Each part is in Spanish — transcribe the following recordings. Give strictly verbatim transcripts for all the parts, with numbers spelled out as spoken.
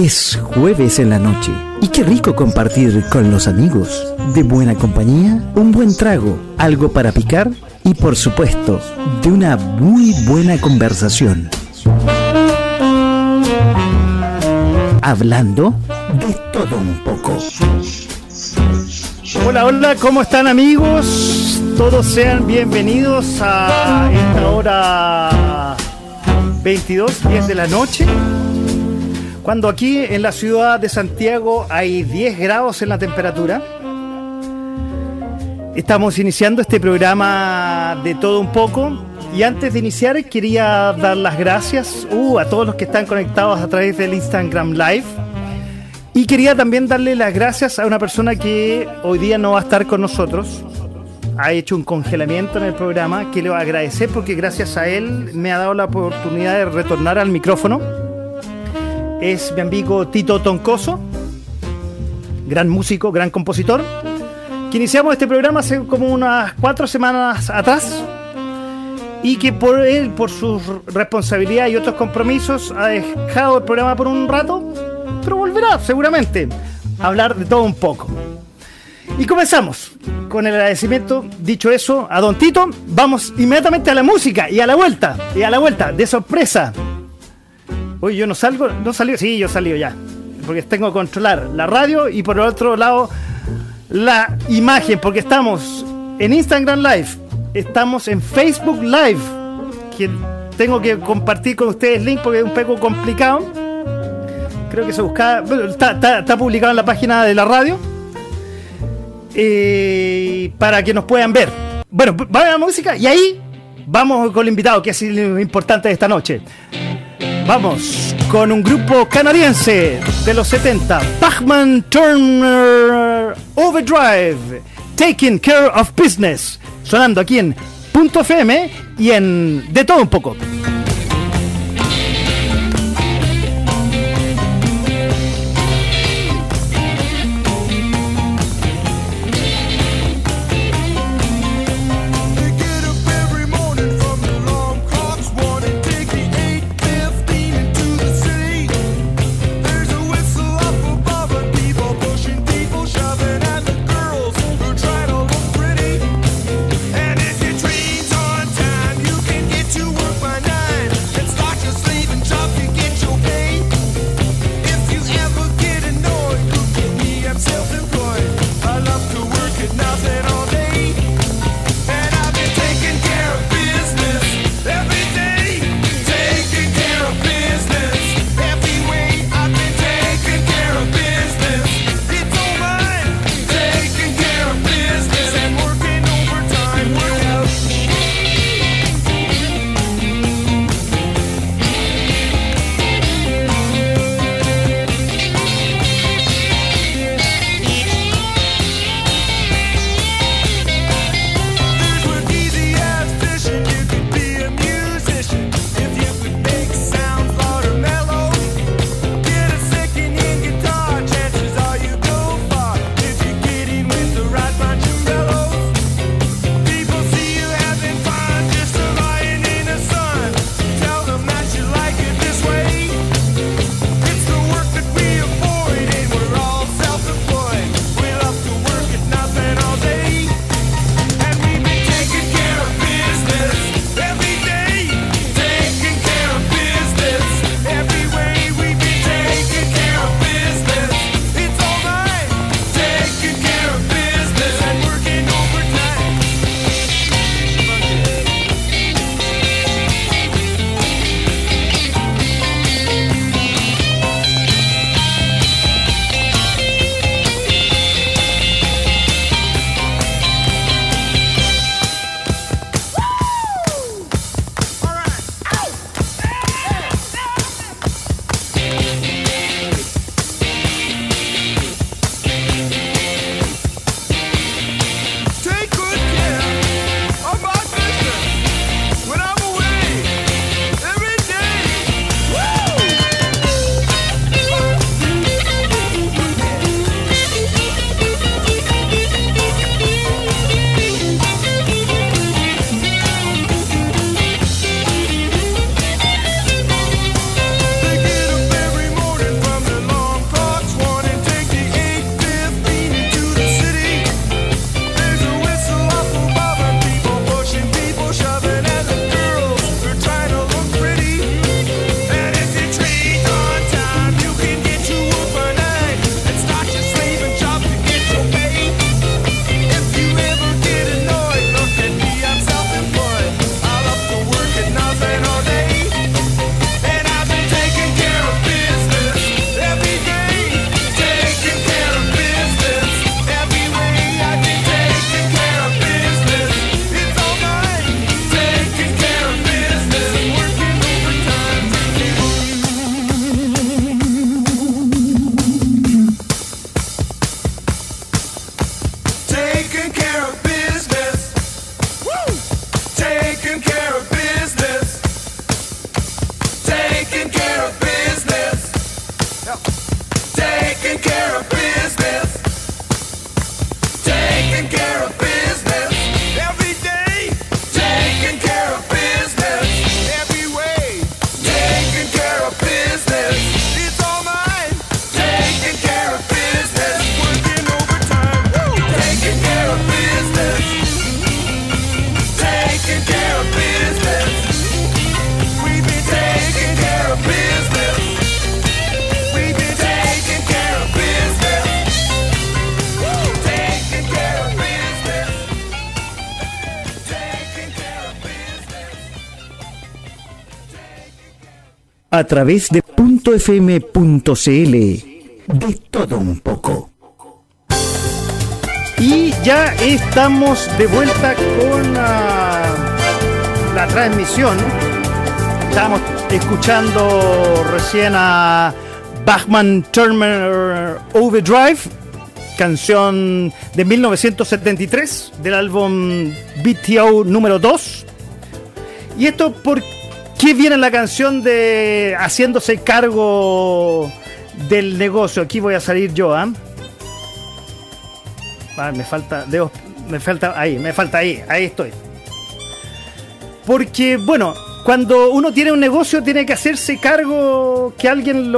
Es jueves en la noche y qué rico compartir con los amigos. De buena compañía, un buen trago, algo para picar y por supuesto, de una muy buena conversación. Hablando de todo un poco. Hola, hola, ¿cómo están amigos? Todos sean bienvenidos a esta hora veintidós, diez de la noche. Cuando aquí en la ciudad de Santiago hay diez grados en la temperatura. Estamos iniciando este programa de todo un poco. Y antes de iniciar quería dar las gracias uh, a todos los que están conectados a través del Instagram Live. Y quería también darle las gracias a una persona que hoy día no va a estar con nosotros. Ha hecho un congelamiento en el programa que le voy a agradecer porque gracias a él me ha dado la oportunidad de retornar al micrófono. Es mi amigo Tito Toncoso, gran músico, gran compositor, que iniciamos este programa hace como unas cuatro semanas atrás y que por él, por sus responsabilidades y otros compromisos, ha dejado el programa por un rato, pero volverá seguramente a hablar de todo un poco. Y comenzamos con el agradecimiento. Dicho eso, a don Tito, vamos inmediatamente a la música y a la vuelta, y a la vuelta, de sorpresa. Uy, yo no salgo, no salió, sí, yo salí ya, porque tengo que controlar la radio y por el otro lado la imagen, porque estamos en Instagram Live, estamos en Facebook Live, que tengo que compartir con ustedes el link porque es un poco complicado. Creo que se busca, bueno, está, está, está publicado en la página de la radio, eh, para que nos puedan ver. Bueno, va a la música y ahí vamos con el invitado, que es lo importante de esta noche. Vamos con un grupo canadiense de los setenta, Bachman Turner Overdrive, Taking Care of Business, sonando aquí en Punto F M y en De Todo Un Poco. By now a través de punto f m punto c l. De todo un poco. Y ya estamos de vuelta con uh, la transmisión. Estábamos escuchando recién a Bachman Turner Overdrive, canción de mil novecientos setenta y tres del álbum B T O número dos. Y esto, ¿por qué viene la canción de haciéndose cargo del negocio? Aquí voy a salir yo, ¿ah? ¿eh? Ah, me falta, debo, me falta ahí, me falta ahí, ahí estoy. Porque, bueno, cuando uno tiene un negocio tiene que hacerse cargo, que alguien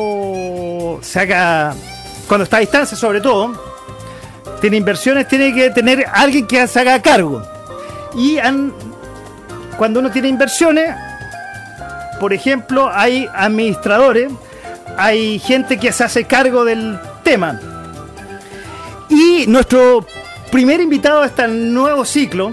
lo se haga, cuando está a distancia sobre todo, tiene inversiones, tiene que tener alguien que se haga cargo. Y han, cuando uno tiene inversiones, por ejemplo, hay administradores, hay gente que se hace cargo del tema. Y nuestro primer invitado a este nuevo ciclo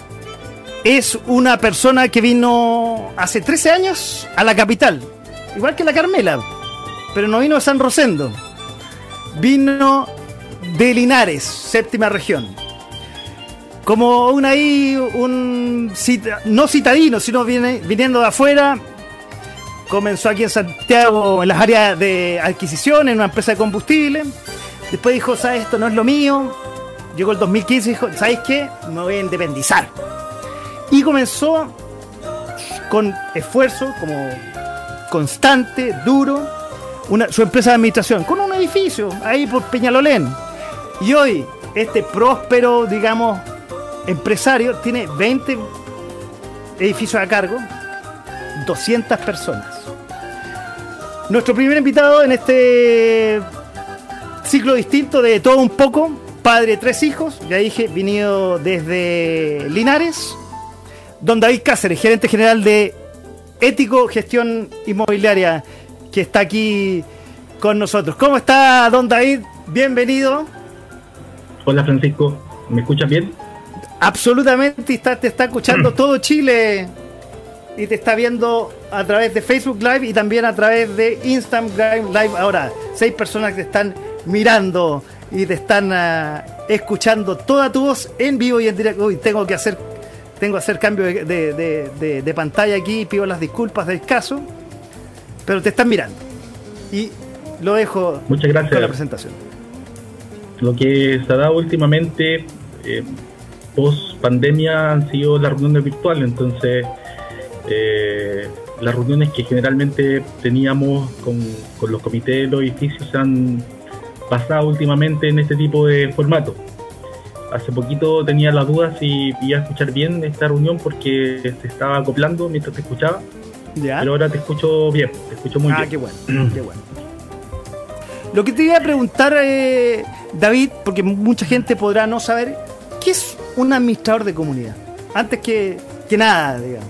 es una persona que vino hace trece años a la capital, igual que la Carmela, pero no vino de San Rosendo, vino de Linares, séptima región. Como un ahí, un cita, no citadino, sino viene, viniendo de afuera, comenzó aquí en Santiago en las áreas de adquisición, en una empresa de combustible. Después dijo, ¿sabes? Esto no es lo mío. Llegó el dos mil quince y dijo, ¿sabes qué? Me voy a independizar. Y comenzó con esfuerzo, como constante, duro, una, su empresa de administración, con un edificio ahí por Peñalolén. Y hoy, este próspero, digamos, empresario, tiene veinte edificios a cargo, doscientas personas. Nuestro primer invitado en este ciclo distinto de todo un poco, padre de tres hijos, ya dije, venido desde Linares, don David Cáceres, gerente general de Ético Gestión Inmobiliaria, que está aquí con nosotros. ¿Cómo está, don David? Bienvenido. Hola, Francisco, ¿me escuchas bien? Absolutamente, está, te está escuchando todo Chile y te está viendo a través de Facebook Live y también a través de Instagram Live. Ahora, seis personas que te están mirando y te están uh, escuchando toda tu voz en vivo y en directo. Uy, tengo que hacer tengo que hacer cambio de, de, de, de, de pantalla aquí, pido las disculpas del caso, pero te están mirando y lo dejo. Muchas gracias con la presentación. Lo que se ha dado últimamente eh, post pandemia han sido las reuniones virtuales, entonces eh, las reuniones que generalmente teníamos con, con los comités de los edificios se han pasado últimamente en este tipo de formato. Hace poquito tenía las dudas si iba a escuchar bien esta reunión porque se estaba acoplando mientras te escuchaba. ¿Ya? Pero ahora te escucho bien, te escucho muy ah, bien. Ah, qué bueno, qué bueno. Lo que te iba a preguntar, eh, David, porque mucha gente podrá no saber, ¿qué es un administrador de comunidad? Antes que, que nada, digamos.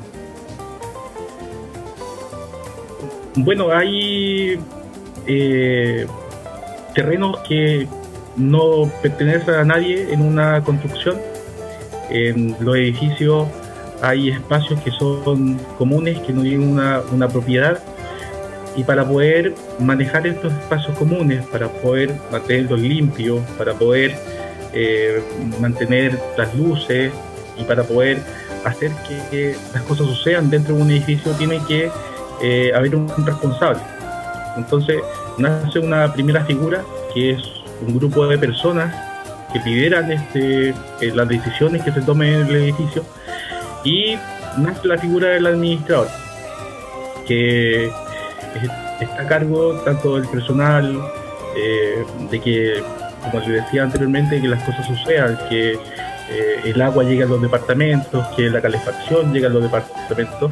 Bueno, hay eh, terrenos que no pertenecen a nadie en una construcción. En los edificios hay espacios que son comunes, que no tienen una, una propiedad. Y para poder manejar estos espacios comunes, para poder mantenerlos limpios, para poder eh, mantener las luces y para poder hacer que, que las cosas sucedan dentro de un edificio, tiene que eh, haber un, un responsable. Entonces nace una primera figura que es un grupo de personas que lideran este, eh, las decisiones que se tomen en el edificio, y nace la figura del administrador, que está a cargo tanto del personal, eh, de que, como les decía anteriormente, que las cosas sucedan, que eh, el agua llegue a los departamentos, que la calefacción llegue a los departamentos.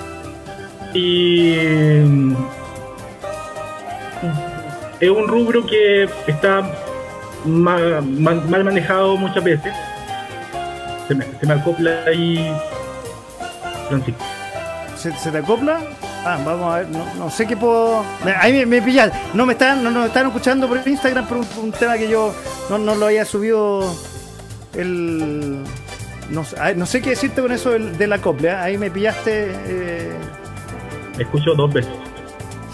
Y es un rubro que está mal, mal, mal manejado muchas veces. Se me, se me acopla ahí, Francisco. ¿Se, ¿Se te acopla? Ah, vamos a ver, no, no sé qué puedo. Ahí me, me pillan. No me están, no nos están escuchando por Instagram por un, por un tema que yo no, no lo había subido. El. No, no sé qué decirte con eso del, del acople. ¿eh? Ahí me pillaste. Eh... Escucho dos veces.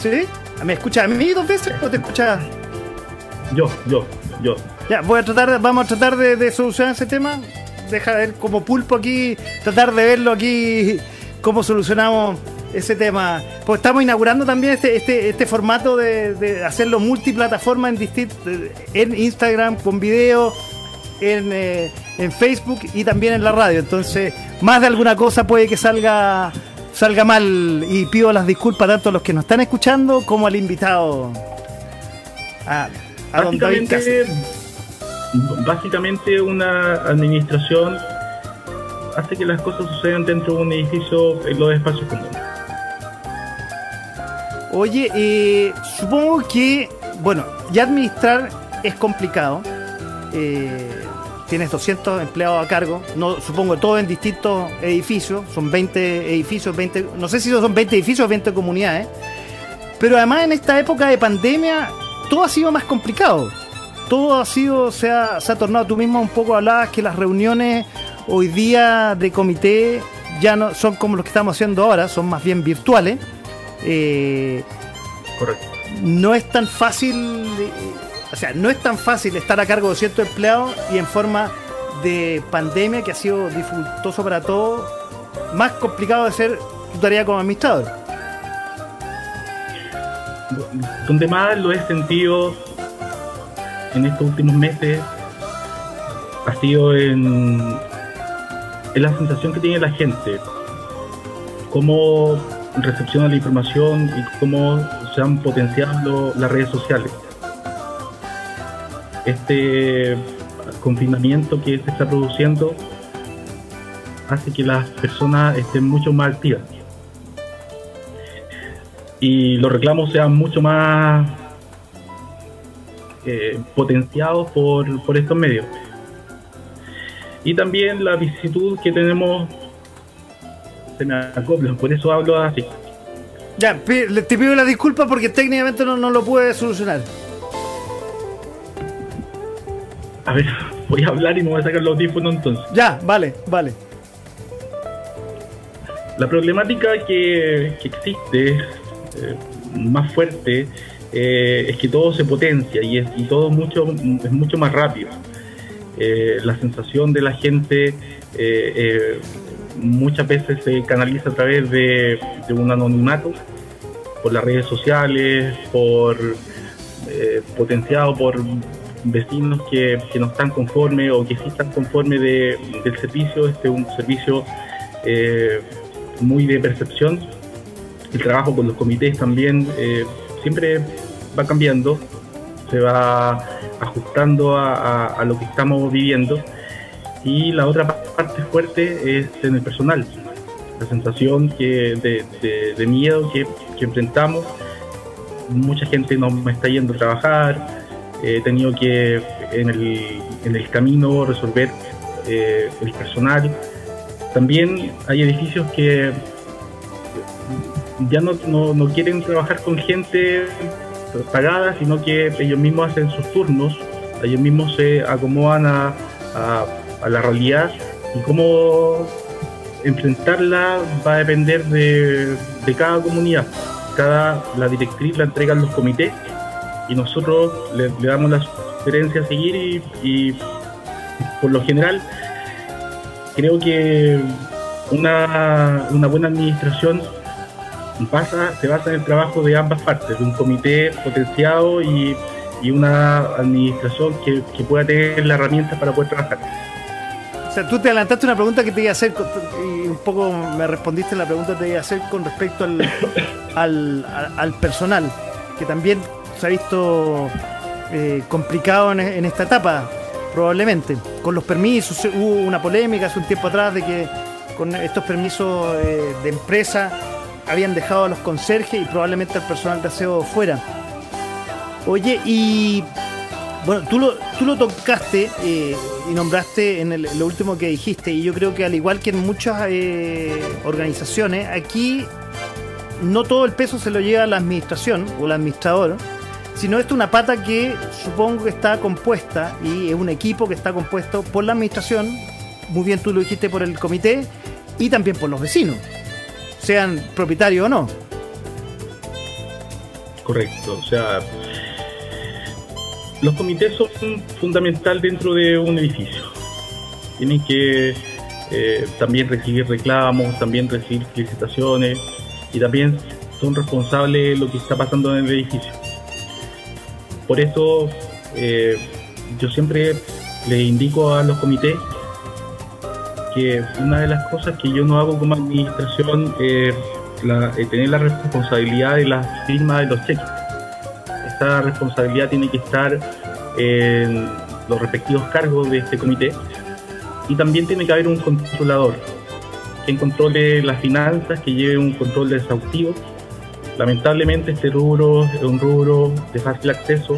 ¿Sí? ¿Me escuchas a mí dos veces o te escuchas? Yo, yo, yo. Ya, voy a tratar, vamos a tratar de, de solucionar ese tema. Deja ver como pulpo aquí, tratar de verlo aquí, cómo solucionamos ese tema. Pues estamos inaugurando también este, este, este formato de, de hacerlo multiplataforma en distintos, en Instagram con video, en, eh, en Facebook y también en la radio. Entonces, más de alguna cosa puede que salga salga mal y pido las disculpas tanto a los que nos están escuchando como al invitado. A, a don David Cáceres. Básicamente una administración hace que las cosas sucedan dentro de un edificio en los espacios comunes. Oye, eh, supongo que, bueno, ya administrar es complicado. Eh, tienes doscientos empleados a cargo, no, supongo todo en distintos edificios, son veinte edificios, veinte, no sé si son veinte edificios o veinte comunidades, pero además en esta época de pandemia todo ha sido más complicado. Todo ha sido, se ha, se ha tornado, tú mismo un poco hablabas que las reuniones hoy día de comité ya no son como los que estamos haciendo ahora, son más bien virtuales. Eh, Correcto. No es tan fácil, eh, o sea, no es tan fácil estar a cargo de ciertos empleados y en forma de pandemia que ha sido dificultoso para todos, más complicado de hacer tu tarea como administrador. Donde más lo he sentido en estos últimos meses ha sido en, en la sensación que tiene la gente, cómo recepciona la información y cómo se han potenciado las redes sociales. Este confinamiento que se está produciendo hace que las personas estén mucho más activas y los reclamos sean mucho más Eh, potenciados por, por estos medios, y también la vicisitud que tenemos se me acopla, por eso hablo así. Ya, te pido la disculpa porque técnicamente no, no lo puede solucionar. A ver, voy a hablar y me voy a sacar los audífonos entonces. Ya, vale, vale. La problemática que, que existe eh, más fuerte Eh, es que todo se potencia y, es, y todo mucho, es mucho más rápido. Eh, la sensación de la gente eh, eh, muchas veces se canaliza a través de, de un anonimato, por las redes sociales, por eh, potenciado por vecinos que, que no están conformes o que sí están conformes de, del servicio. Este es un servicio eh, muy de percepción. El trabajo con los comités también eh, siempre va cambiando, se va ajustando a, a, a lo que estamos viviendo. Y la otra parte fuerte es en el personal, la sensación que de, de, de miedo que, que enfrentamos. Mucha gente no me está yendo a trabajar, he tenido que en el, en el camino resolver eh, el personal. También hay edificios que ya no, no, no quieren trabajar con gente pagada, sino que ellos mismos hacen sus turnos, ellos mismos se acomodan a, a, a la realidad, y cómo enfrentarla va a depender de, de cada comunidad. Cada, la directriz la entregan los comités y nosotros le, le damos la sugerencia a seguir, y, y por lo general creo que una, una buena administración Pasa, se basa en el trabajo de ambas partes, de un comité potenciado y, y una administración que, que pueda tener las herramientas para poder trabajar. O sea, tú te adelantaste una pregunta que te iba a hacer y un poco me respondiste la pregunta que te iba a hacer con respecto al, al, al personal, que también se ha visto eh, complicado en, en esta etapa, probablemente. Con los permisos hubo una polémica hace un tiempo atrás de que con estos permisos eh, de empresa habían dejado a los conserjes y probablemente al personal de aseo fuera. Oye, y bueno, tú lo, tú lo tocaste eh, y nombraste en el, lo último que dijiste, y yo creo que al igual que en muchas eh, organizaciones, aquí no todo el peso se lo lleva la administración o el administrador, sino esto es una pata que supongo que está compuesta, y es un equipo que está compuesto por la administración, muy bien tú lo dijiste, por el comité y también por los vecinos, sean propietarios o no. Correcto, o sea, los comités son fundamental dentro de un edificio. Tienen que eh, también recibir reclamos, también recibir felicitaciones y también son responsables de lo que está pasando en el edificio. Por eso eh, yo siempre le indico a los comités que una de las cosas que yo no hago como administración es la, eh, tener la responsabilidad de la firma de los cheques. Esta responsabilidad tiene que estar en los respectivos cargos de este comité y también tiene que haber un controlador quien controle las finanzas, que lleve un control exhaustivo. Lamentablemente este rubro es un rubro de fácil acceso.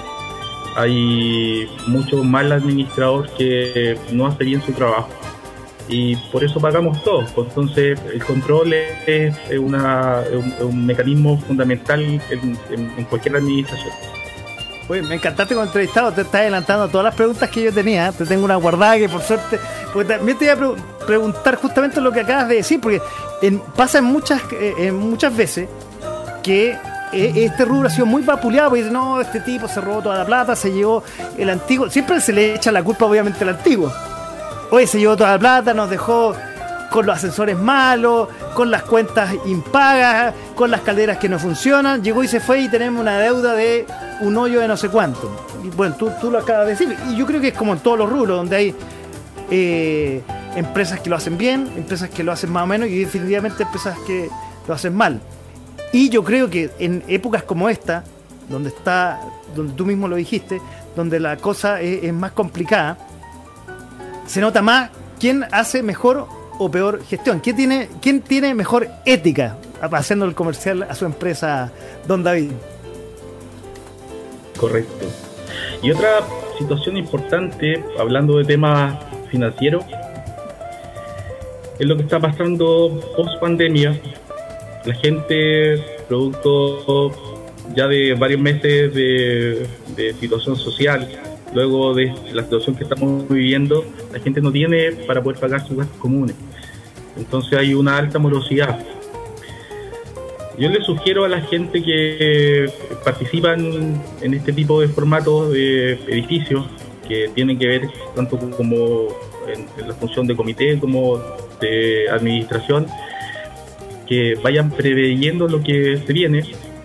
Hay mucho mal administrador que no hace bien su trabajo y por eso pagamos todos. Entonces el control es, es, una, es, un, es un mecanismo fundamental en, en, en cualquier administración. Oye, me encantaste como entrevistado, te estás adelantando todas las preguntas que yo tenía. Te tengo una guardada que por suerte, porque también te iba a pre- preguntar justamente lo que acabas de decir, porque en, pasa en muchas, eh, en muchas veces que eh, este rubro ha sido muy vapuleado, porque dicen, no, este tipo se robó toda la plata, se llevó el antiguo, siempre se le echa la culpa obviamente al antiguo. Oye, se llevó toda la plata, nos dejó con los ascensores malos, con las cuentas impagas, con las calderas que no funcionan, llegó y se fue y tenemos una deuda de un hoyo de no sé cuánto. Y bueno, tú, tú lo acabas de decir, y yo creo que es como en todos los rubros, donde hay eh, empresas que lo hacen bien, empresas que lo hacen más o menos, y definitivamente empresas que lo hacen mal. Y yo creo que en épocas como esta, donde está, donde tú mismo lo dijiste, donde la cosa es, es más complicada, se nota más quién hace mejor o peor gestión, quién tiene, quién tiene mejor ética haciendo el comercial a su empresa, don David. Correcto. Y otra situación importante, hablando de temas financieros, es lo que está pasando post pandemia. La gente, producto ya de varios meses de, de situación social, luego de la situación que estamos viviendo, la gente no tiene para poder pagar sus gastos comunes. Entonces hay una alta morosidad. Yo le sugiero a la gente que participan en este tipo de formatos de edificios, que tienen que ver tanto como en, en la función de comité como de administración, que vayan preveyendo lo que se viene.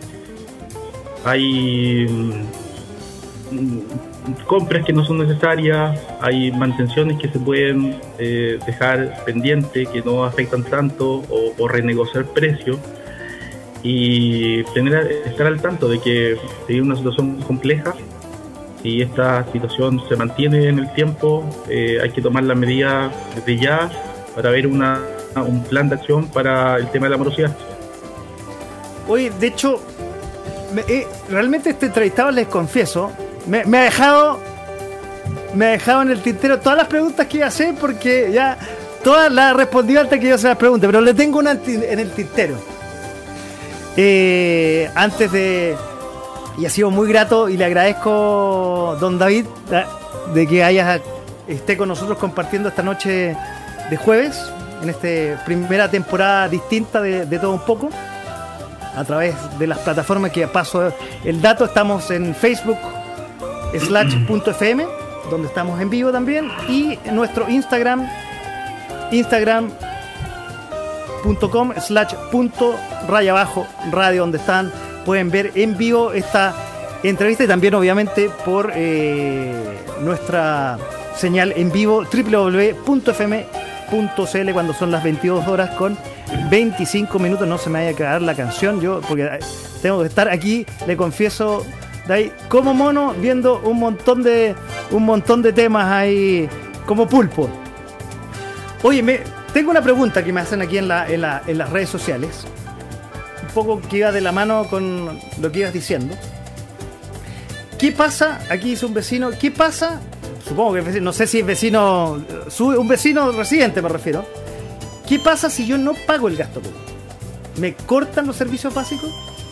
Hay mm, compras que no son necesarias, hay mantenciones que se pueden eh, dejar pendientes, que no afectan tanto, o, o renegociar precios, y tener estar al tanto de que si hay una situación compleja, si esta situación se mantiene en el tiempo, eh, hay que tomar las medidas desde ya para ver una, un plan de acción para el tema de la morosidad. Oye, de hecho, me, eh, realmente este entrevistado, les confieso, me, me ha dejado me ha dejado en el tintero todas las preguntas que iba a hacer, porque ya todas las respondí antes que yo se las pregunte, pero le tengo una en el tintero. Eh, antes de... Y ha sido muy grato y le agradezco, don David, de que haya esté con nosotros compartiendo esta noche de jueves, en esta primera temporada distinta de, de Todo Un Poco, a través de las plataformas que paso el dato. Estamos en Facebook slash punto fm, donde estamos en vivo también, y en nuestro Instagram, instagram punto com slash punto raya abajo radio, donde están, pueden ver en vivo esta entrevista, y también obviamente por eh, nuestra señal en vivo doble u doble u doble u punto f m punto c l cuando son las veintidós horas con veinticinco minutos. No se me vaya a quedar la canción, yo porque tengo que estar aquí, le confieso, de ahí como mono, viendo un montón de un montón de temas ahí como pulpo. Oye, me, tengo una pregunta que me hacen aquí en, la, en, la, en las redes sociales, un poco que iba de la mano con lo que ibas diciendo. ¿Qué pasa? Aquí dice un vecino, ¿qué pasa? Supongo que no sé si es vecino, un vecino residente me refiero. ¿Qué pasa si yo no pago el gasto común? ¿Me cortan los servicios básicos?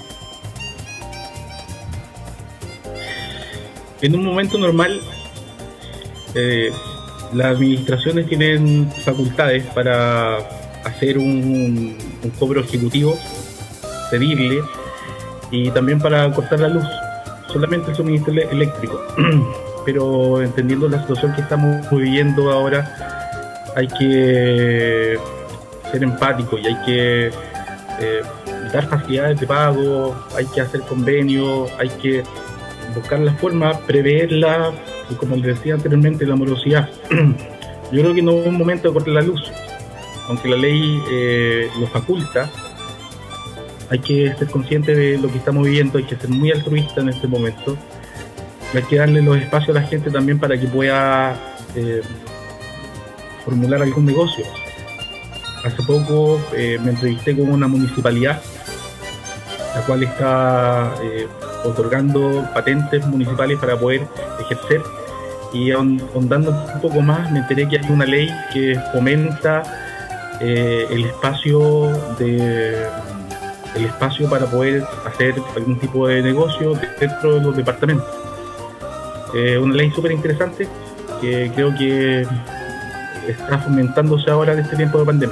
En un momento normal, eh, las administraciones tienen facultades para hacer un, un cobro ejecutivo, pedirle, y también para cortar la luz, solamente el suministro eléctrico. Pero entendiendo la situación que estamos viviendo ahora, hay que ser empático y hay que eh, dar facilidades de pago, hay que hacer convenios, hay que buscar la forma, preverla, y como les decía anteriormente, la morosidad. Yo creo que no es un momento de cortar la luz, aunque la ley eh, lo faculta. Hay que ser consciente de lo que estamos viviendo, hay que ser muy altruista en este momento. Hay que darle los espacios a la gente también para que pueda eh, formular algún negocio. Hace poco eh, me entrevisté con una municipalidad, la cual está eh, otorgando patentes municipales para poder ejercer, y ahondando un poco más me enteré que hay una ley que fomenta eh, el espacio de el espacio para poder hacer algún tipo de negocio dentro de los departamentos. Eh, una ley súper interesante que creo que está fomentándose ahora en este tiempo de pandemia.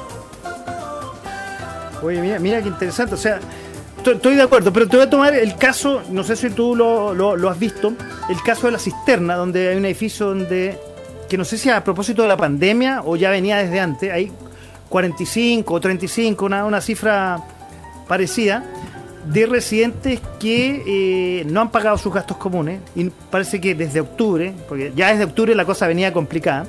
Oye, mira, mira qué interesante, o sea, estoy de acuerdo, pero te voy a tomar el caso, no sé si tú lo, lo, lo has visto, el caso de La Cisterna, donde hay un edificio donde, que no sé si a propósito de la pandemia o ya venía desde antes, hay cuarenta y cinco o treinta y cinco, una, una cifra parecida, de residentes que eh, no han pagado sus gastos comunes, y parece que desde octubre, porque ya desde octubre la cosa venía complicada,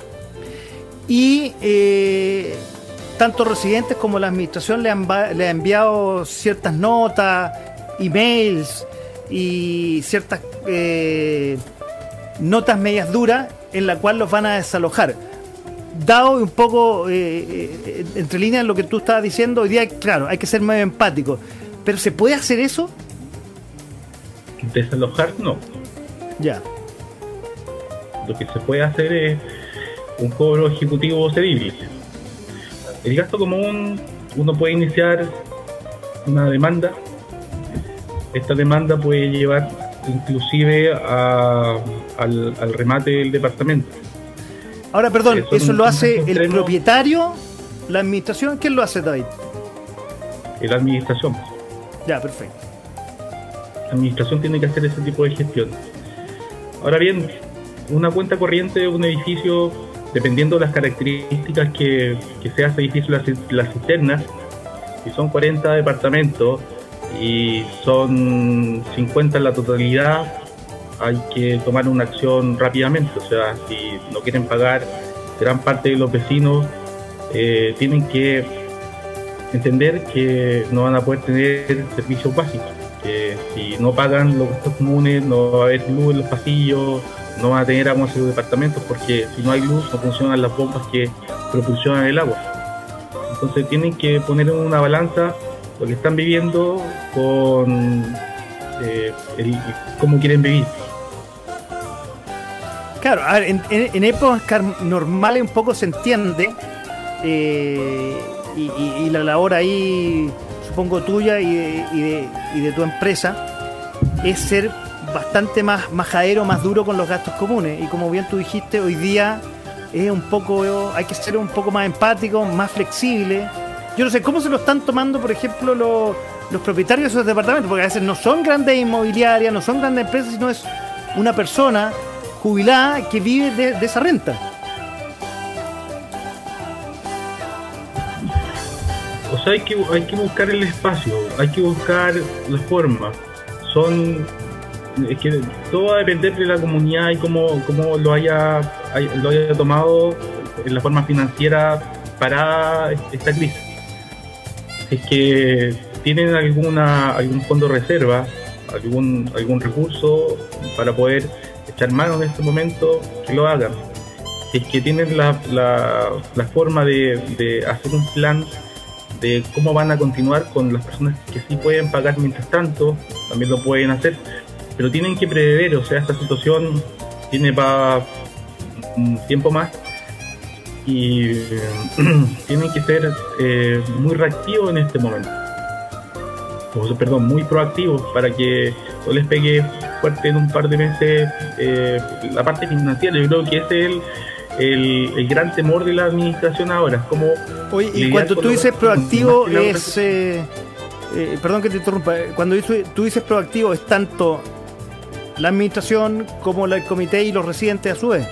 y eh, tanto residentes como la administración le han, le ha enviado ciertas notas, emails y ciertas eh, notas medias duras en la cual los van a desalojar. Dado un poco eh, eh, entre líneas lo que tú estabas diciendo, hoy día, claro, hay que ser medio empático. ¿Pero se puede hacer eso? Desalojar, no. Ya. Lo que se puede hacer es un cobro ejecutivo cedible. El gasto común, uno puede iniciar una demanda. Esta demanda puede llevar inclusive a, al, al remate del departamento. Ahora, perdón, ¿eso, ¿eso lo hace el extremo, propietario, la administración? ¿Quién lo hace, David? La administración. Ya, perfecto. La administración tiene que hacer ese tipo de gestión. Ahora bien, una cuenta corriente de un edificio, dependiendo de las características que, que sea ese edificio, las, las cisternas, si son cuarenta departamentos y son cincuenta en la totalidad, hay que tomar una acción rápidamente. O sea, si no quieren pagar, gran parte de los vecinos eh, tienen que entender que no van a poder tener servicios básicos, que si no pagan los gastos comunes no va a haber luz en los pasillos, no van a tener agua en sus departamentos, porque si no hay luz no funcionan las bombas que propulsionan el agua. Entonces tienen que poner en una balanza lo que están viviendo con eh, el, cómo quieren vivir. Claro, a ver, en, en, en épocas normales un poco se entiende, eh, y, y, y la labor ahí, supongo tuya y de, y, de, y de tu empresa, es ser bastante más majadero, más duro con los gastos comunes. Y como bien tú dijiste, hoy día es un poco, hay que ser un poco más empático, más flexible. Yo no sé cómo se lo están tomando, por ejemplo, los, los propietarios de esos departamentos, porque a veces no son grandes inmobiliarias, no son grandes empresas, sino es una persona jubilada que vive de, de esa renta. O sea, hay que, hay que buscar el espacio, hay que buscar la forma. Son, es que todo va a depender de la comunidad y cómo, cómo lo haya, lo haya tomado en la forma financiera para esta crisis. Es que tienen alguna algún fondo de reserva, algún algún recurso para poder echar mano en este momento, que lo hagan. Es que tienen la, la, la forma de, de hacer un plan de cómo van a continuar con las personas que sí pueden pagar mientras tanto, también lo pueden hacer, pero tienen que prever. O sea, esta situación tiene para un tiempo más y eh, tienen que ser eh, muy reactivos en este momento, o, perdón, muy proactivos, para que no les pegue fuerte en un par de meses eh, la parte financiera. Yo creo que ese es el El, el gran temor de la administración ahora. Como Oye, y cuando tú dices proactivo es eh, eh, perdón que te interrumpa, cuando tú dices proactivo, ¿es tanto la administración como el comité y los residentes a su vez?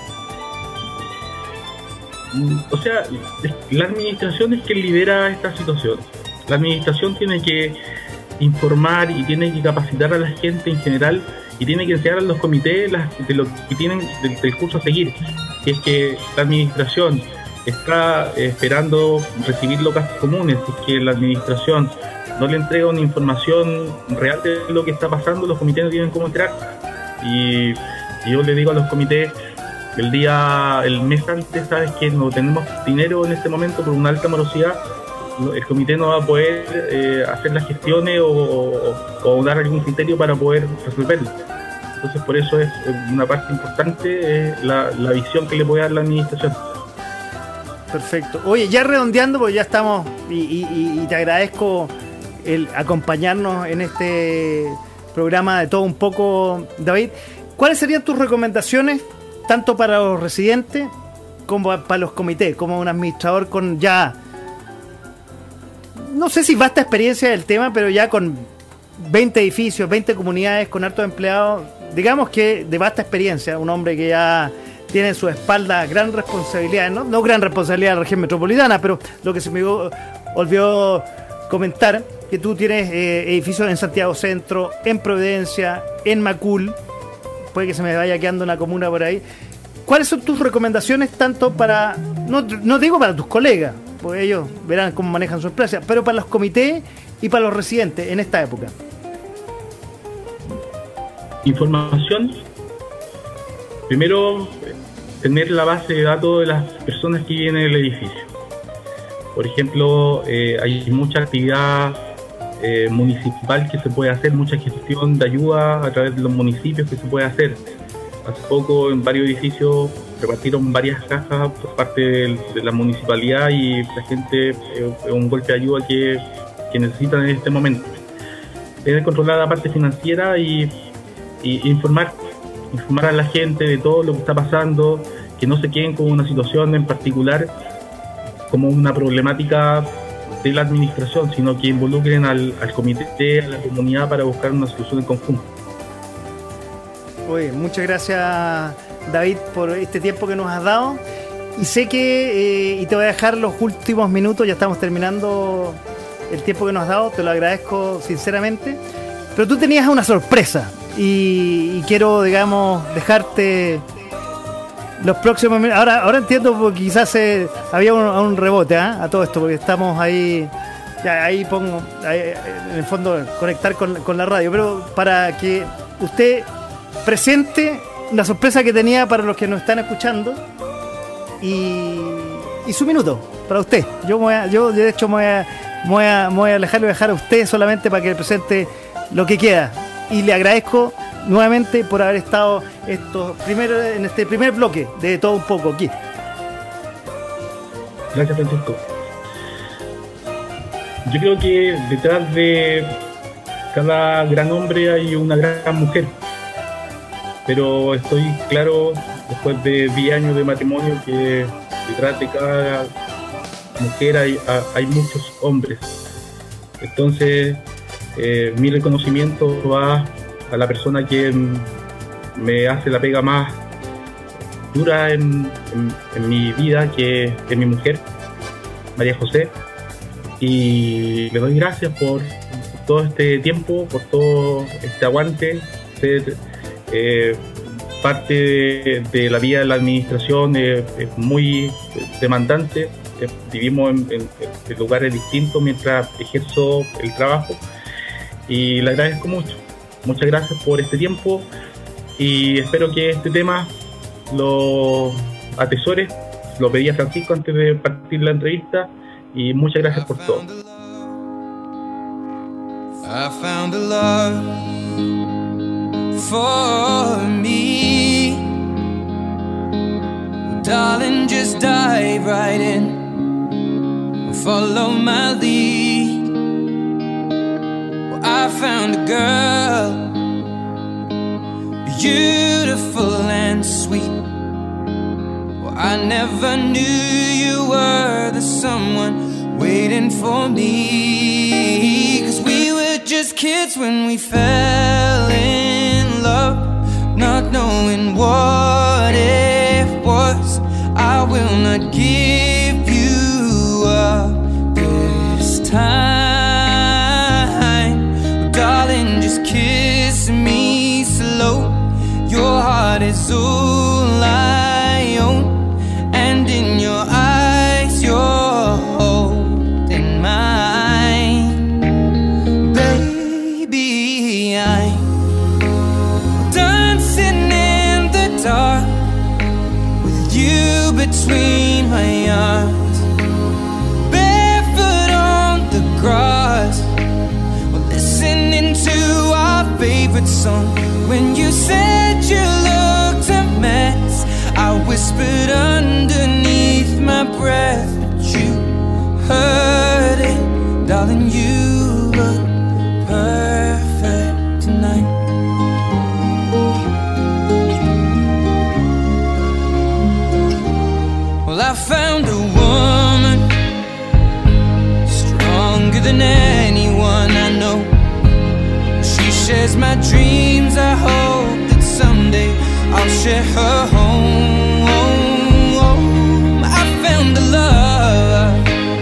O sea, la administración es quien lidera esta situación. La administración tiene que informar y tiene que capacitar a la gente en general y tiene que enseñar a los comités las, de lo que tienen del, del curso a seguir. Que es que la administración está eh, esperando recibir los gastos comunes, si es que la administración no le entrega una información real de lo que está pasando, los comités no tienen cómo entrar. Y, y yo le digo a los comités, el día, el mes antes, sabes que no tenemos dinero en este momento por una alta morosidad, el comité no va a poder eh, hacer las gestiones o, o, o dar algún criterio para poder resolverlo. Entonces por eso es una parte importante eh, la, la visión que le puede dar la administración. Perfecto. Oye, ya redondeando, porque ya estamos, y, y, y te agradezco el acompañarnos en este programa de todo un poco, David. ¿Cuáles serían tus recomendaciones, tanto para los residentes como para los comités, como un administrador con ya, no sé si vasta experiencia del tema, pero ya con veinte edificios, veinte comunidades, con hartos empleados, digamos que de vasta experiencia, un hombre que ya tiene en su espalda gran responsabilidad, no, no gran responsabilidad de la región metropolitana, pero lo que se me olvidó comentar, que tú tienes eh, edificios en Santiago Centro, en Providencia, en Macul, puede que se me vaya quedando una comuna por ahí. ¿Cuáles son tus recomendaciones tanto para, no, no digo para tus colegas, porque ellos verán cómo manejan su empresa, pero para los comités y para los residentes en esta época? Información. Primero, tener la base de datos de las personas que viven en el edificio. Por ejemplo, eh, hay mucha actividad eh, municipal que se puede hacer, mucha gestión de ayuda a través de los municipios que se puede hacer. Hace poco en varios edificios repartieron varias cajas por parte de, de la municipalidad y la gente es eh, un golpe de ayuda que, que necesitan en este momento. Tener controlada la parte financiera y, y informar, informar a la gente de todo lo que está pasando, que no se queden con una situación en particular como una problemática de la administración, sino que involucren al, al comité, a la comunidad para buscar una solución en conjunto. Oye, muchas gracias, David, por este tiempo que nos has dado. Y sé que, eh, y te voy a dejar los últimos minutos, ya estamos terminando el tiempo que nos has dado, te lo agradezco sinceramente. Pero tú tenías una sorpresa y, y quiero, digamos, dejarte los próximos minutos. Ahora, ahora entiendo porque quizás eh, había un, un rebote ¿eh? a todo esto, porque estamos ahí, ya, ahí pongo, ahí, en el fondo, conectar con, con la radio, pero para que usted presente la sorpresa que tenía para los que nos están escuchando y, y su minuto para usted. Yo, me voy a, yo de hecho me voy a, me voy a, me voy a alejar y voy a dejar a usted solamente para que presente lo que queda. Y le agradezco nuevamente por haber estado estos primeros, en este primer bloque de todo un poco aquí. Gracias, Francisco. Yo creo que detrás de cada gran hombre hay una gran mujer. Pero estoy claro, después de diez años de matrimonio, que detrás de cada mujer hay, hay muchos hombres. Entonces, eh, mi reconocimiento va a la persona que me hace la pega más dura en, en, en mi vida, que es mi mujer, María José. Y le doy gracias por todo este tiempo, por todo este aguante. Ser, Eh, parte de, de la vida de la administración eh, es muy demandante. Eh, vivimos en, en, en lugares distintos mientras ejerzo el trabajo y le agradezco mucho. Muchas gracias por este tiempo y espero que este tema lo atesore. Lo pedí a Francisco antes de partir la entrevista y muchas gracias por todo. I found a love for me. Well, darling, just dive right in, follow my lead. Well, I found a girl, beautiful and sweet. Well, I never knew you were the someone waiting for me. 'Cause just kids when we fell in love, not knowing what it was. I will not give you up this time. Oh, darling, just kiss me slow. Your heart is all I own, and in your eyes you're holding mine. Baby, I'm dancing in the dark with you between my arms, barefoot on the grass, listening to our favorite song. When you said you looked a mess, I whispered underneath my breath, but you heard it. Darling, you look perfect tonight. Well, I found a woman stronger than anyone I know. She shares my dreams. I hope that someday I'll share her home. I found a love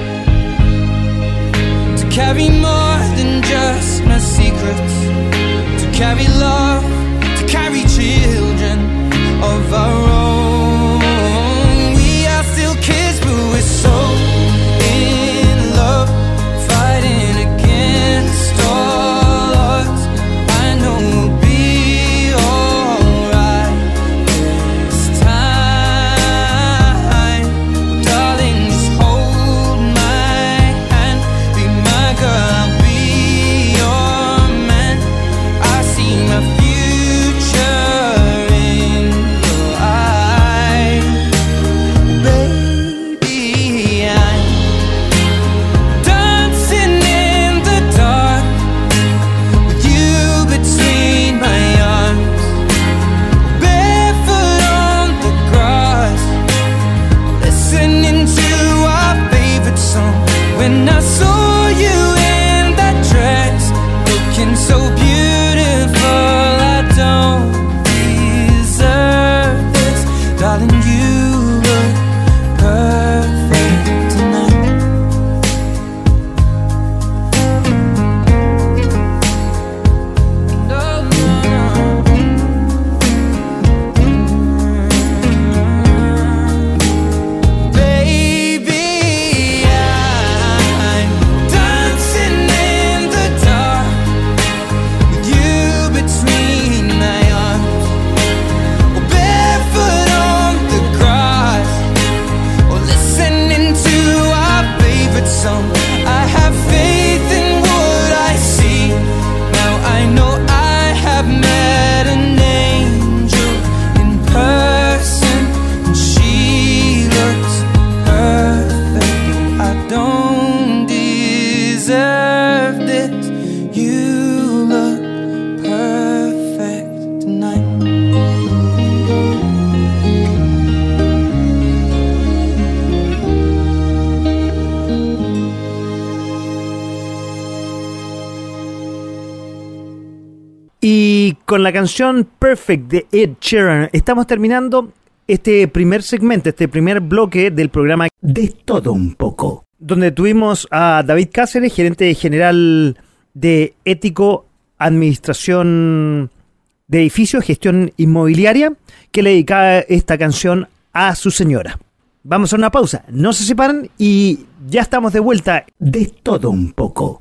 to carry more than just my secrets, to carry love, to carry children of our own. We are still kids, but we're so in love, fighting against all odds. I know we'll be alright this time. Darling, just hold my hand, be my girl, I'll be your man. I see my future in your eyes. Baby, I'm dancing in the dark with you between my arms, barefoot on the grass, listening to our favorite song. When I saw you in that dress, looking so beautiful, I don't deserve this. Darling, you look perfect tonight. No, no, no. Baby, I'm dancing in the dark with you between my arms, or barefoot on the grass, or listening to our favorite song. I have faith in what I see. Now I know I have met an angel in person, and she looks perfect. I don't deserve this. You look perfect tonight. Y con la canción Perfect de Ed Sheeran estamos terminando este primer segmento, este primer bloque del programa De todo un poco. donde tuvimos a David Cáceres, gerente general de Ético Administración de Edificios, Gestión Inmobiliaria, que le dedicaba esta canción a su señora. Vamos a una pausa, no se separan y ya estamos de vuelta. De todo un poco.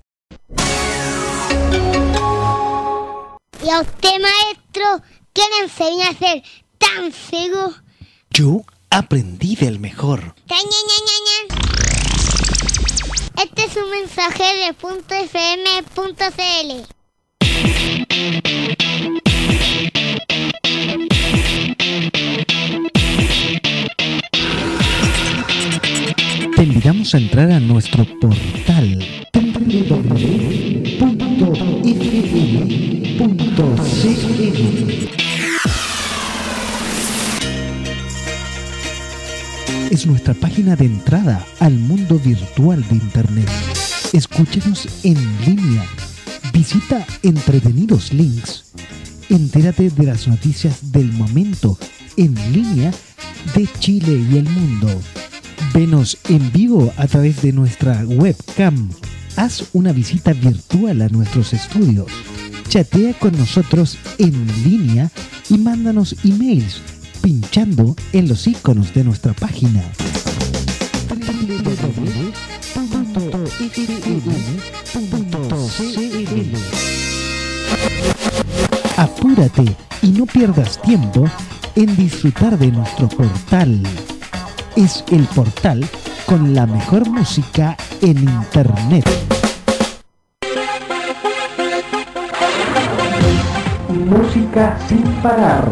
¿Y a usted, maestro, qué le enseña a ser tan ciego? Yo aprendí del mejor. Ña, ña, ña, ña. Este es un mensaje de punto f m punto c l. Te invitamos a entrar a nuestro portal w w w punto f m punto c l. Es nuestra página de entrada al mundo virtual de Internet. Escúchenos en línea Visita entretenidos links. Entérate de las noticias del momento en línea de Chile y el mundo. Venos en vivo a través de nuestra webcam. Haz una visita virtual a nuestros estudios. Chatea con nosotros en línea y mándanos emails pinchando en los iconos de nuestra página. doble u doble u doble u punto f m punto c l. Apúrate y no pierdas tiempo en disfrutar de nuestro portal. Es el portal con la mejor música en internet. Música sin parar.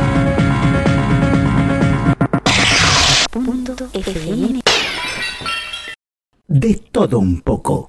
Punto F M. De todo un poco.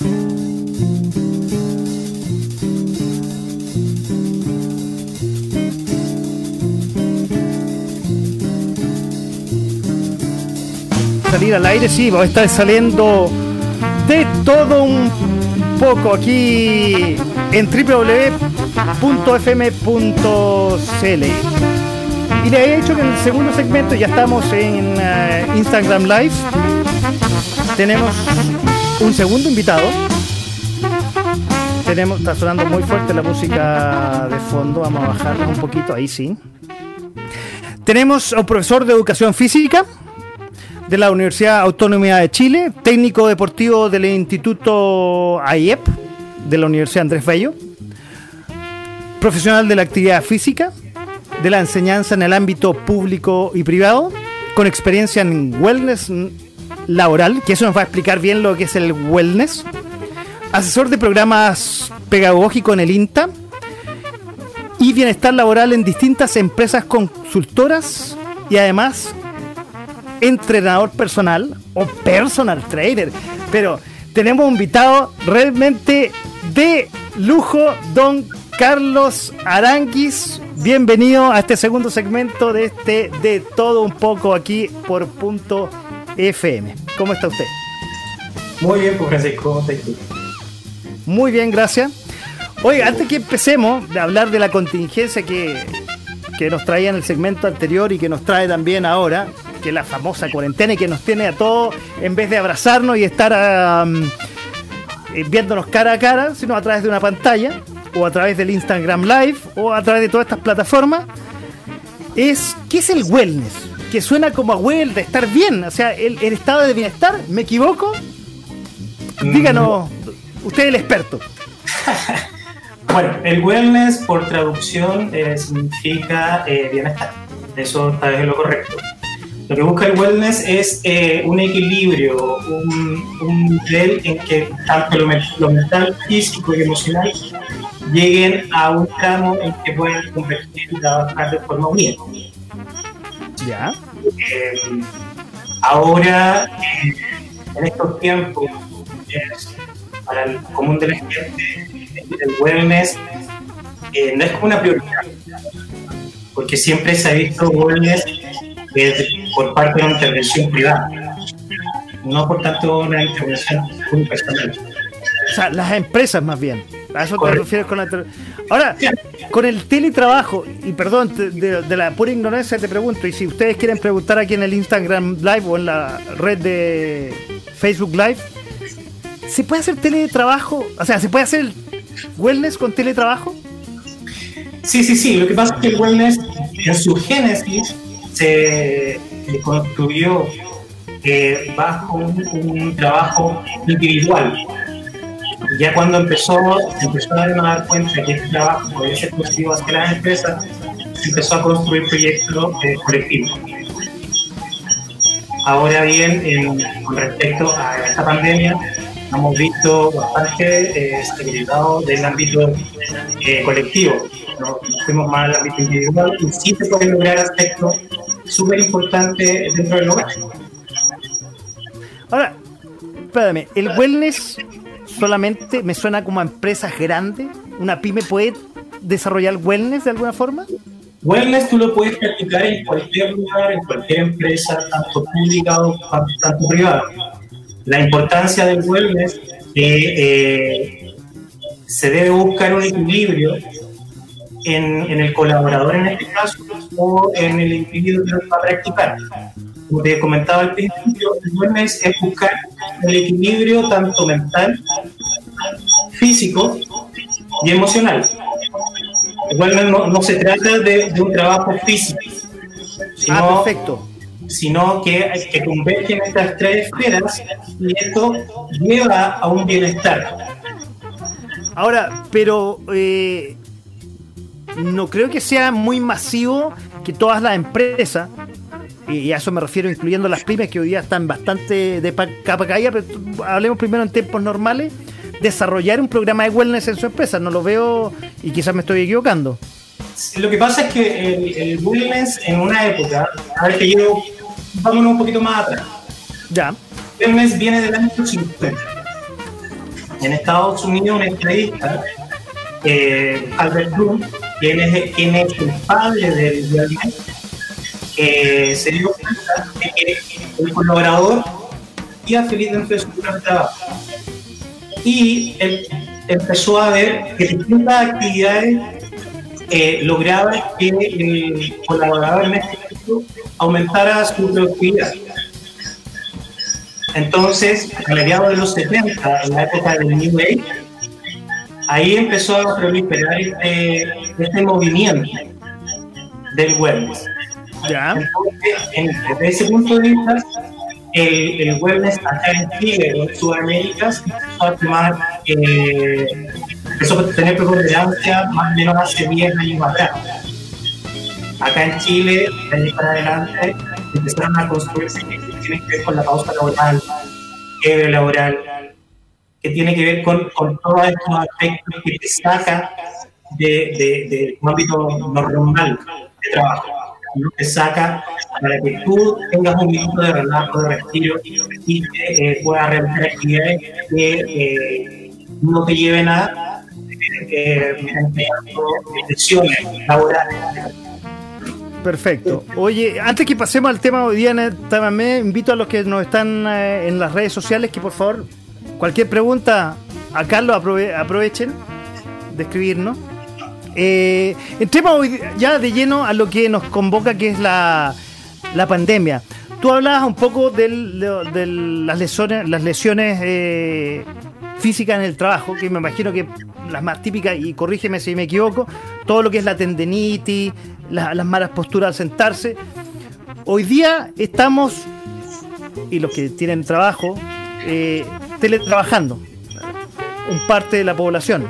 Salir al aire, sí, va a estar saliendo de todo un poco aquí en doble u doble u doble u punto f m punto c l. Y le he dicho que en el segundo segmento ya estamos en uh, Instagram Live. Tenemos un segundo invitado. Tenemos, está sonando muy fuerte la música de fondo. Vamos a bajarla un poquito, ahí sí. Tenemos a un profesor de educación física de la Universidad Autónoma de Chile, técnico deportivo del Instituto A I E P de la Universidad Andrés Bello, profesional de la actividad física, de la enseñanza en el ámbito público y privado, con experiencia en wellness laboral, que eso nos va a explicar bien lo que es el wellness, asesor de programas pedagógicos en el INTA y bienestar laboral en distintas empresas consultoras y además entrenador personal o personal trainer. Pero tenemos un invitado realmente de lujo, don Carlos Aranguis. Bienvenido a este segundo segmento de este De Todo Un Poco aquí por Punto F M. ¿Cómo está usted? Muy bien, pues Francisco, ¿cómo estás tú? Muy bien, gracias. Oye, antes que empecemos de hablar de la contingencia que, que nos traía en el segmento anterior y que nos trae también ahora, que es la famosa cuarentena y que nos tiene a todos, en vez de abrazarnos y estar um, viéndonos cara a cara, sino a través de una pantalla, o a través del Instagram Live, o a través de todas estas plataformas, es, ¿qué es el wellness? Que suena como a well, de estar bien, o sea, el, el estado de bienestar, ¿me equivoco? Díganos, usted es el experto. Bueno, el wellness por traducción eh, significa eh, bienestar, eso está en lo correcto. Lo que busca el wellness es eh, un equilibrio, un, un nivel en que tanto lo, lo mental, físico y emocional lleguen a un tramo en que pueden convertir y trabajar de forma unida. Ya. Eh, ahora, eh, en estos tiempos, es, para el común de la gente, el wellness eh, no es como una prioridad, porque siempre se ha visto wellness desde, por parte de una intervención privada, no por tanto una intervención unipersonal. O sea, las empresas más bien. A eso te refieres con la... Ahora, con el teletrabajo, y perdón, de, de la pura ignorancia te pregunto, y si ustedes quieren preguntar aquí en el Instagram Live o en la red de Facebook Live, ¿se puede hacer teletrabajo? O sea, ¿se puede hacer el wellness con teletrabajo? Sí, sí, sí. Lo que pasa es que el wellness, en su génesis, se construyó eh, bajo un, un trabajo individual. Ya cuando empezó, se empezó a dar cuenta que este trabajo podía ser positivo hacia las empresas, se empezó a construir proyectos eh, colectivos. Ahora bien, en, con respecto a esta pandemia, hemos visto bastante eh, estabilizado del ámbito eh, colectivo. Nos fuimos más al ámbito individual y sí se pueden lograr aspectos súper importantes dentro del hogar. Ahora, espérame, el wellness solamente me suena como a empresas grandes. ¿Una pyme puede desarrollar wellness de alguna forma? Wellness tú lo puedes practicar en cualquier lugar, en cualquier empresa, tanto pública o tanto privada. La importancia del wellness es eh, se debe buscar un equilibrio en, en el colaborador en este caso o en el individuo que lo va a practicar. Como te comentaba al principio, el wellness es buscar el equilibrio tanto mental, físico y emocional. El wellness no, no se trata de, de un trabajo físico, sino, ah, perfecto. sino que, que convergen estas tres esferas y esto lleva a un bienestar. Ahora, pero eh, no creo que sea muy masivo que todas las empresas, y a eso me refiero incluyendo las pymes que hoy día están bastante de capa caída, pero hablemos primero en tiempos normales, desarrollar un programa de wellness en su empresa. No lo veo y quizás me estoy equivocando. Lo que pasa es que el, el wellness en una época, a ver que yo, vámonos un poquito más atrás. Ya. El wellness viene del año cincuenta. En Estados Unidos, un estadista, eh, Albert Bloom, quien es, quien es el padre del wellness, eh, se dio cuenta de que el colaborador iba feliz dentro de su lugar de trabajo. Y él empezó a ver que distintas actividades eh, lograban que el colaborador en este caso aumentara su productividad. Entonces, a mediados de los setenta, en la época del New Age, ahí empezó a proliferar este, este movimiento del wellness. Ya. Entonces, en, desde ese punto de vista, el, el wellness acá en Chile o en Sudamérica empezó a tomar, eh, empezó a tener preponderancia más o menos hace diez años atrás. Acá en Chile, de ahí para adelante, empezaron a construirse que tienen que ver con la pausa laboral, quiebre laboral, que tiene que ver con, con todos estos aspectos que te sacan de, de, de un ámbito normal de trabajo. ¿No? Te saca para que tú tengas un minuto de relajo, de respiro y que eh, puedas realizar actividades que eh, no te lleven a eh, lesiones laborales. Perfecto. Oye, antes que pasemos al tema hoy día, también invito a los que nos están eh, en las redes sociales que por favor, cualquier pregunta a Carlos aprove- aprovechen de escribirnos. Eh, entremos hoy ya de lleno a lo que nos convoca, que es la, la pandemia. Tú hablabas un poco del, de, de las lesiones, las lesiones eh, físicas en el trabajo, que me imagino que las más típicas, y corrígeme si me equivoco, todo lo que es la tendinitis, la, las malas posturas al sentarse. Hoy día estamos, y los que tienen trabajo, eh, teletrabajando, un parte de la población.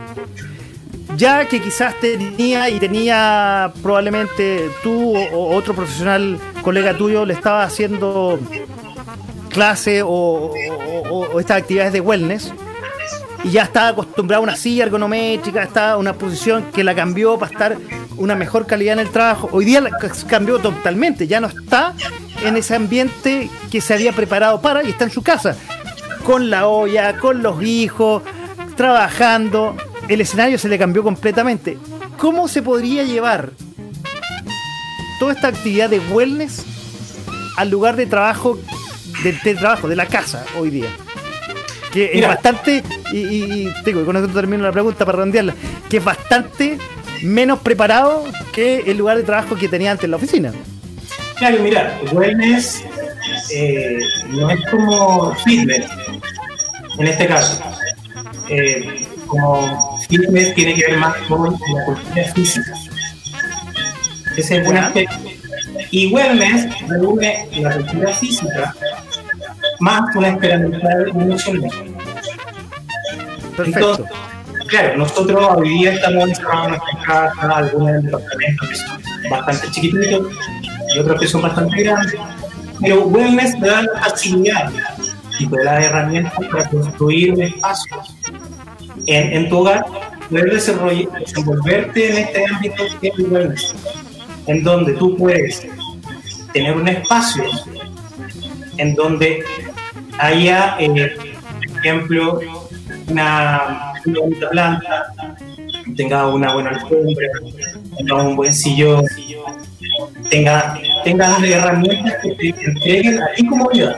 Ya que quizás tenía y tenía probablemente tú o, o otro profesional, colega tuyo, le estaba haciendo clase o, o, o, o estas actividades de wellness y ya estaba acostumbrado a una silla ergonométrica, estaba una posición que la cambió para estar una mejor calidad en el trabajo. Hoy día la cambió totalmente, ya no está en ese ambiente que se había preparado para y está en su casa, con la olla, con los hijos, trabajando. El escenario se le cambió completamente. ¿Cómo se podría llevar toda esta actividad de wellness al lugar de trabajo, de, de trabajo, de la casa hoy día? Que Mira. es bastante, y, y, y digo, con esto termino la pregunta para redondearla, que es bastante menos preparado que el lugar de trabajo que tenía antes en la oficina. Claro, mira, wellness eh, no es como fitness, en este caso. Eh, como fitness tiene que ver más con la cultura física. Ese es un aspecto. Y wellness reúne la cultura física más con la experimental emocional. Perfecto. Entonces, claro, nosotros hoy día estamos encerrados en nuestra casa, algunos departamentos que son bastante chiquititos y otros que son bastante grandes, pero wellness te da la facilidad y te da las herramientas para construir un espacio En, en tu hogar, poder desenvolverte en este ámbito que es el wellness, en donde tú puedes tener un espacio en donde haya, eh, por ejemplo, una, una bonita planta, tenga una buena alfombra, tenga un buen sillón, tenga, tenga las herramientas que te entreguen a ti comodidad.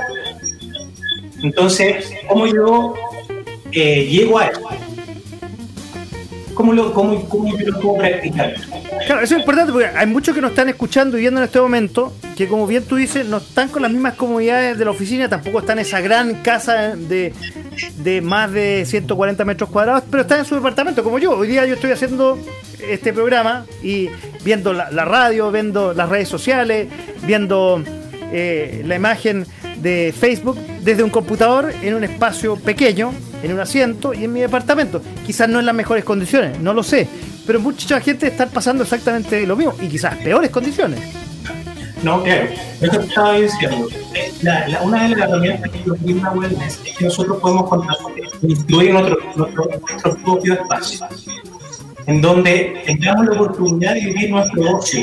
Entonces, ¿cómo yo eh, llego a eso? ¿cómo, lo, cómo, cómo yo lo puedo practicar? Claro, eso es importante porque hay muchos que nos están escuchando y viendo en este momento que, como bien tú dices, no están con las mismas comodidades de la oficina, tampoco están en esa gran casa de, de más de ciento cuarenta metros cuadrados, pero están en su departamento, como yo. Hoy día yo estoy haciendo este programa y viendo la, la radio, viendo las redes sociales, viendo eh, la imagen de Facebook desde un computador en un espacio pequeño, en un asiento y en mi departamento. Quizás no en las mejores condiciones, no lo sé, pero mucha gente está pasando exactamente lo mismo y quizás peores condiciones. No, claro, eso que estaba diciendo. La, la, una de las herramientas que nos brinda Wellness es que nosotros podemos incluir nuestro, nuestro, nuestro propio espacio, en donde tengamos la oportunidad de vivir nuestro ocio.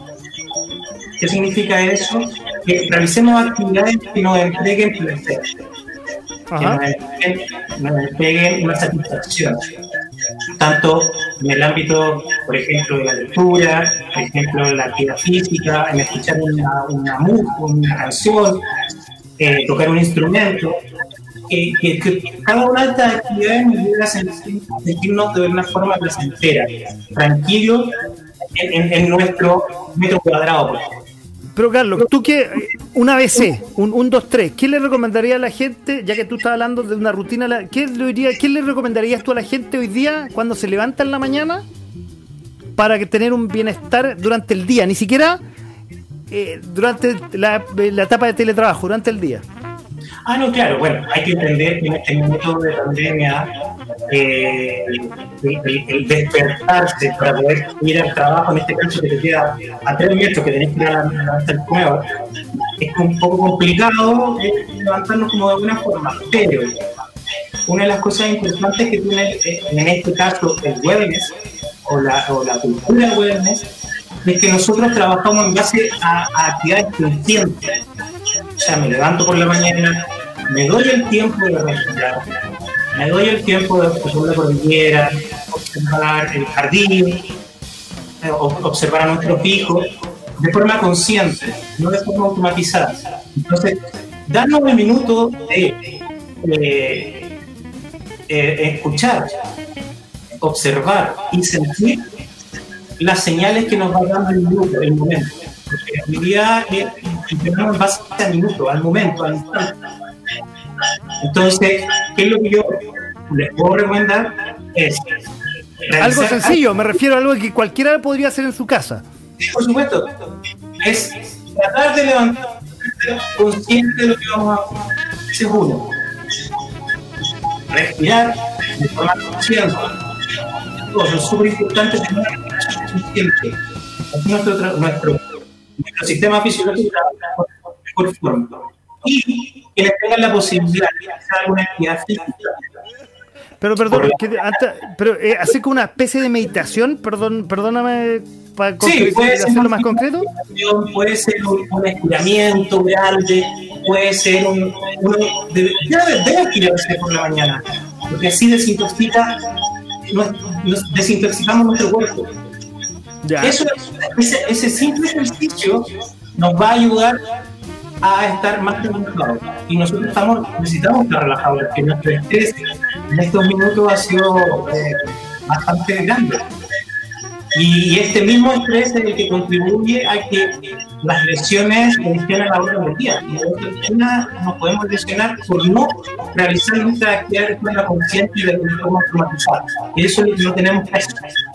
¿Qué significa eso? Que realicemos actividades que nos entreguen placer, que nos entreguen, nos entreguen una satisfacción, tanto en el ámbito, por ejemplo, de la lectura, por ejemplo, de la actividad física, en escuchar una, una música, una canción, eh, tocar un instrumento, eh, que, que cada una de estas actividades nos ayuda a sentirnos de una forma placentera, tranquilo en, en, en nuestro metro cuadrado, por ejemplo. Pero Carlos, tú que una A B C, un un dos tres, ¿qué le recomendaría a la gente, ya que tú estás hablando de una rutina, ¿qué le, diría, ¿qué le recomendarías tú a la gente hoy día cuando se levanta en la mañana para que tener un bienestar durante el día? Ni siquiera eh, durante la, la etapa de teletrabajo, durante el día. Ah, no, claro, bueno, hay que entender que en este momento de pandemia eh, el, el, el despertarse para poder ir al trabajo, en este caso que te queda a tres metros que tenés que ir a levantar el comedor, es un poco complicado eh, levantarnos como de alguna forma, pero una de las cosas importantes que tiene eh, en este caso el wellness o la, o la cultura wellness es que nosotros trabajamos en base a, a actividades conscientes. O sea, me levanto por la mañana, me doy el tiempo de respirar, me doy el tiempo de observar la cordillera, observar el jardín, observar a nuestros hijos de forma consciente, no de forma automatizada. Entonces, darnos el minuto de eh, eh, escuchar, observar y sentir las señales que nos va dando el minuto, el momento. Porque en realidad eh, funcionamos en base al minuto, al momento, al instante. Entonces, ¿qué es lo que yo les puedo recomendar? Es algo sencillo, me refiero a algo que cualquiera podría hacer en su casa. Por supuesto, es tratar de levantar consciente de lo que vamos a hacer. Ese es uno. Respirar de forma consciente. Dos, es súper importante tener una respiración consciente. Así nuestro, nuestro, nuestro sistema fisiológico trabaja de mejor forma. Y quienes tengan la posibilidad de hacer alguna actividad física. Pero perdón, que antes, pero eh, hacer como una especie de meditación, perdón, perdóname para sí, puede ser hacerlo un, más concreto. Puede ser un, un estiramiento grande, puede ser un, un debe, debe estirarse por la mañana, porque así desintoxica, nos, nos desintoxicamos nuestro cuerpo. Ya. Eso, ese, ese simple ejercicio nos va a ayudar a estar más relajados, y nosotros estamos, necesitamos estar relajados porque nuestro estrés en estos minutos ha sido eh, bastante grande, y, y este mismo estrés es el que contribuye a que las lesiones se lesionen a la hora del día, y una nos podemos lesionar por no realizar nuestra actividad de forma consciente y de forma automatizada, y eso es lo que no tenemos que hacer.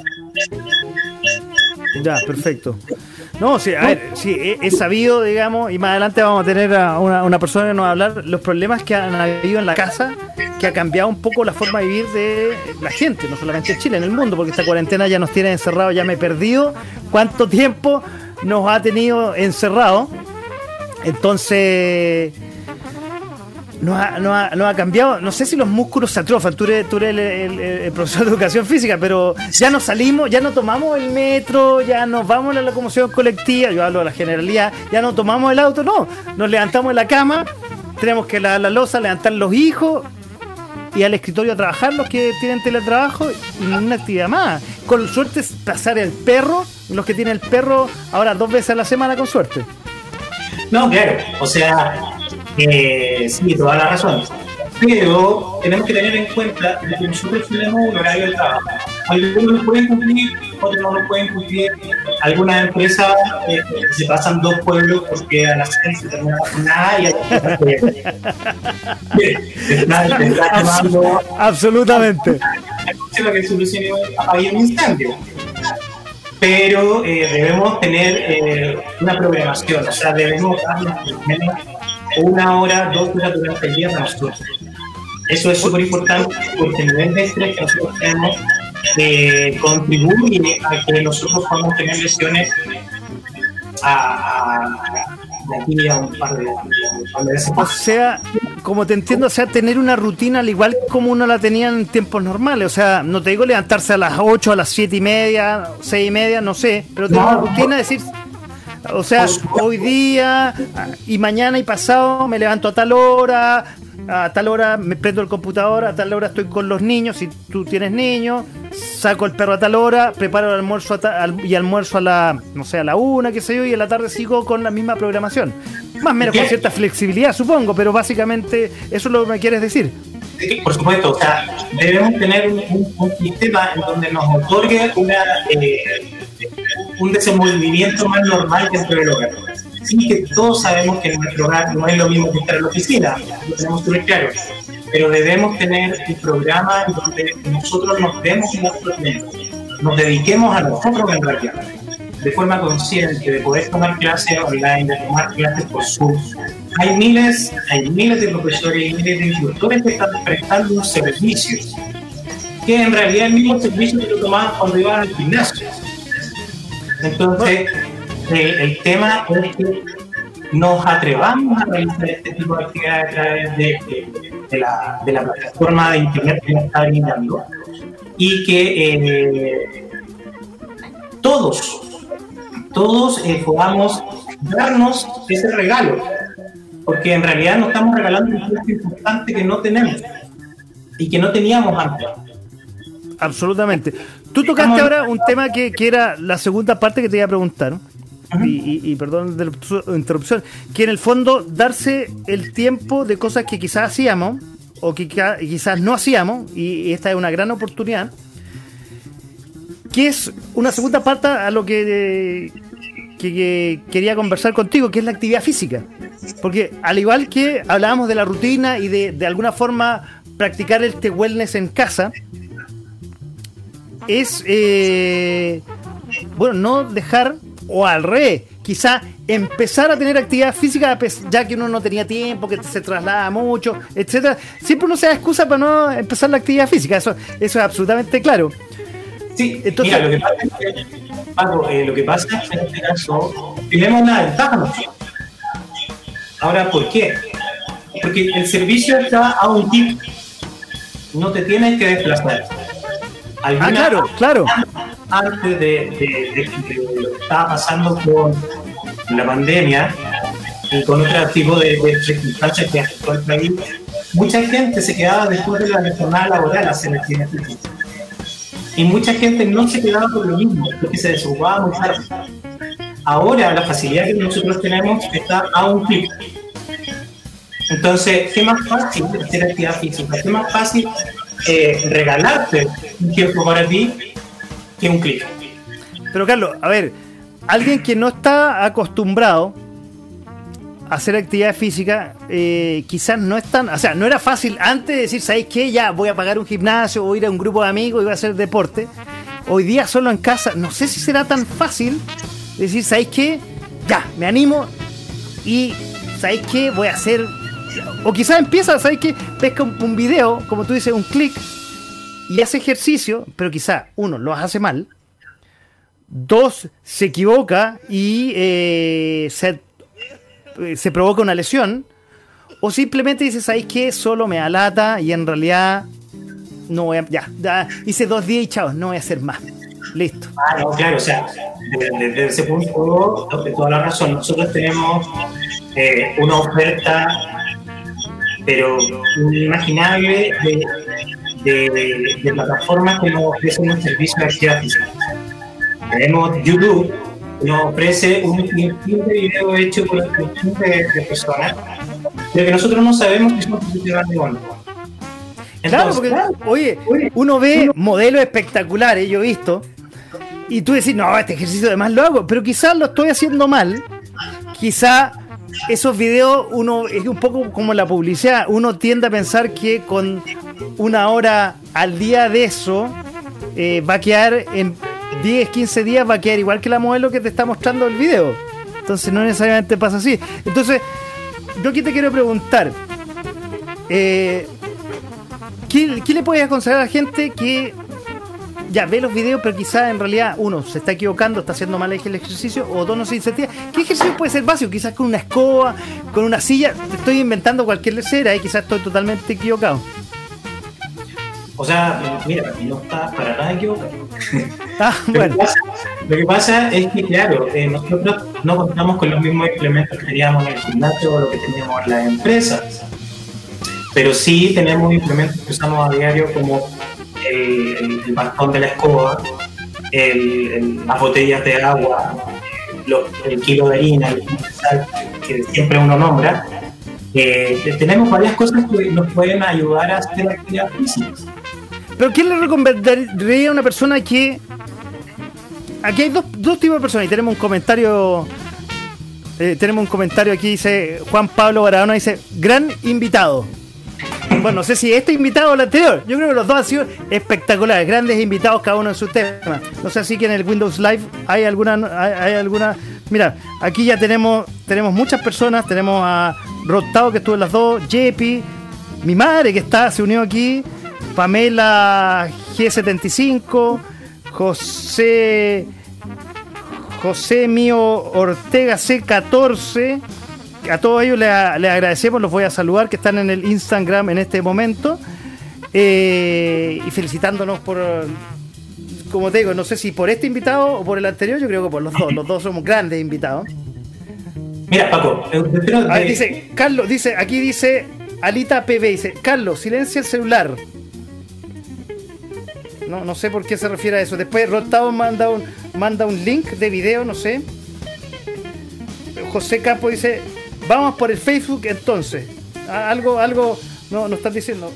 Ya, perfecto. No, sí, a ver, sí, he, he sabido, digamos, y más adelante vamos a tener a una, una persona que nos va a hablar los problemas que han habido en la casa, que ha cambiado un poco la forma de vivir de la gente, no solamente en Chile, en el mundo, porque esta cuarentena ya nos tiene encerrados, ya me he perdido cuánto tiempo nos ha tenido encerrados. Entonces, no ha, no, ha, no ha cambiado, no sé si los músculos se atrofan, tú eres, tú eres el, el, el profesor de educación física, pero ya no salimos, ya no tomamos el metro, ya nos vamos a la locomoción colectiva, yo hablo de la generalidad, ya no tomamos el auto, no, nos levantamos en la cama, tenemos que lavar la loza, levantar los hijos y al escritorio a trabajar los que tienen teletrabajo y una actividad más. Con suerte es pasar el perro, los que tienen el perro ahora dos veces a la semana con suerte. No, claro, o sea... Eh, sí, toda la razón. pero tenemos que tener en cuenta que nosotros tenemos un horario de trabajo. Algunos lo pueden cumplir, otros no lo pueden cumplir. Algunas empresas eh, se pasan dos pueblos porque a las seis se termina la jornada y hay que está, está llamando absolutamente a que solucione hay un incendio. Pero eh, debemos tener eh, una programación, o sea, debemos darnos al menos una hora, dos horas durante el día para nosotros. Eso es súper importante porque el nivel de estrés que nosotros tenemos eh, contribuye a que nosotros podamos tener lesiones a, a, de aquí a un par de, un par de veces. O sea, como te entiendo, o sea, tener una rutina al igual como uno la tenía en tiempos normales. O sea, no te digo levantarse a las ocho, a las siete y media, seis y media, no sé, pero tener una rutina, decir, o sea, hoy día y mañana y pasado me levanto a tal hora, a tal hora me prendo el computador, a tal hora estoy con los niños, si tú tienes niños, saco el perro a tal hora, preparo el almuerzo a ta- al, y almuerzo a la, no sé, a la una, qué sé yo, y en la tarde sigo con la misma programación. Más o menos con cierta flexibilidad, supongo, pero básicamente eso es lo que me quieres decir. Sí, por supuesto, o sea, debemos tener un, un, un sistema en donde nos otorgue una, eh, un desenvolvimiento más normal dentro del hogar. Sí, que todos sabemos que en nuestro hogar no es lo mismo que estar en la oficina, lo tenemos súper claro, pero debemos tener un programa en donde nosotros nos demos nuestro tiempo, nos dediquemos a nosotros en realidad, de forma consciente, de poder tomar clases online, de tomar clases por Zoom. Hay miles, hay miles de profesores y miles de instructores que están prestando un servicio, que en realidad es el mismo servicio que lo tomabas cuando ibas al gimnasio. Entonces, eh, el tema es que nos atrevamos a realizar este tipo de actividades a través de, de, de, la, de la plataforma de internet que nos está brindando y que eh, todos, todos eh, podamos darnos ese regalo, porque en realidad nos estamos regalando un punto importante que no tenemos y que no teníamos antes. Absolutamente. Tú tocaste ahora un tema que, que era la segunda parte que te iba a preguntar, ¿no? Uh-huh. y, y, y perdón de la interrupción, que en el fondo darse el tiempo de cosas que quizás hacíamos o que quizás no hacíamos, y esta es una gran oportunidad, que es una segunda parte a lo que, que, que quería conversar contigo, que es la actividad física. Porque al igual que hablábamos de la rutina y de, de alguna forma practicar este wellness en casa, es, eh, bueno, no dejar, o al revés, quizá empezar a tener actividad física ya que uno no tenía tiempo, que se traslada mucho, etcétera. Siempre uno se da excusa para no empezar la actividad física, eso, eso es absolutamente claro. Sí, entonces, mira, lo que pasa es que, Paco, eh, lo que pasa es que en este caso tenemos una ventaja nosotros. Ahora, ¿por qué? Porque el servicio está a un clic, no te tienes que desplazar. Ah, claro, claro. Antes de, de, de, de lo que estaba pasando con la pandemia y con otro tipo de, de circunstancias que afectó al país, mucha gente se quedaba después de la jornada laboral a hacer actividad física. Y mucha gente no se quedaba por lo mismo, porque se desocupaba muy tarde. Ahora la facilidad que nosotros tenemos está a un clic. Entonces, ¿qué más fácil hacer actividad física? ¿Qué más fácil eh, regalarte un tiempo para ti que un clic? Pero Carlos, a ver, alguien que no está acostumbrado a hacer actividad física, eh, quizás no es tan, o sea, no era fácil antes de decir, ¿sabes qué? Ya voy a pagar un gimnasio o ir a un grupo de amigos y voy a hacer deporte. Hoy día solo en casa, no sé si será tan fácil decir, ¿sabes qué? Ya, me animo y ¿sabes qué? Voy a hacer, o quizás empieza, ¿sabes qué? Pesca un, un video, como tú dices, un clic y hace ejercicio, pero quizás uno lo hace mal, dos se equivoca y eh, se se provoca una lesión, o simplemente dices, ¿sabes qué? Solo me alata y en realidad no voy a, ya, ya hice dos días y chao, no voy a hacer más. Listo. Ah, no, claro, o sea, desde, desde ese punto, de toda la razón, nosotros tenemos eh, una oferta, pero inimaginable de, de, de, de plataformas que nos ofrecen un servicio de actividad física. Tenemos YouTube, nos ofrece un sinfín de videos hechos por un sinfín de, de personas, pero que nosotros no sabemos que son profesionales de onda. Claro, porque, oye, uno ve modelos espectaculares, yo he visto, y tú decís, no, este ejercicio además lo hago, pero quizás lo estoy haciendo mal, quizás esos videos, uno es un poco como la publicidad, uno tiende a pensar que con una hora al día de eso, eh, va a quedar en diez, quince días, va a quedar igual que la modelo que te está mostrando el video. Entonces no necesariamente pasa así. Entonces, yo aquí te quiero preguntar, eh, ¿qué, ¿qué le puedes aconsejar a la gente que ya ve los videos, pero quizás en realidad uno se está equivocando, está haciendo mal el ejercicio, o dos no se incentiva? ¿Qué ejercicio puede ser básico? Quizás con una escoba, con una silla. Te estoy inventando cualquier lecera y quizás estoy totalmente equivocado. O sea, mira, no está para nada equivocado. Ah, bueno. Lo que pasa, lo que pasa es que, claro, eh, nosotros no contamos con los mismos implementos que teníamos en el gimnasio o lo que teníamos en las empresas. Pero sí tenemos implementos que usamos a diario, como el, el, el bastón de la escoba, el, el, las botellas de agua, los, el kilo de harina, el kilo de sal, que siempre uno nombra. Eh, tenemos varias cosas que nos pueden ayudar a hacer actividad física. Pero ¿qué le recomendaría a una persona que... Aquí hay dos, dos tipos de personas y tenemos un comentario... Eh, tenemos un comentario aquí, dice Juan Pablo Baradona, dice, gran invitado. Bueno, no sé si este invitado o el anterior. Yo creo que los dos han sido espectaculares, grandes invitados cada uno en su tema. No sé si que en el Windows Live hay alguna... Hay, hay alguna. Mira, aquí ya tenemos tenemos muchas personas. Tenemos a Rotado, que estuvo en las dos, Jepi, mi madre que está, se unió aquí, Pamela G setenta y cinco, José José Mío Ortega C catorce. A todos ellos les, les agradecemos, los voy a saludar, que están en el Instagram en este momento, eh, y felicitándonos por, como te digo, no sé si por este invitado o por el anterior. Yo creo que por los dos, los dos somos grandes invitados. Mira, Paco, eh, pero, a ver, dice Carlos, dice, aquí dice Alita P B, dice, Carlos, silencia el celular. No, no sé por qué se refiere a eso. Después Rotado manda un, manda un link de video, no sé. José Campo dice, vamos por el Facebook entonces. Ah, algo, algo, no, no estás diciendo.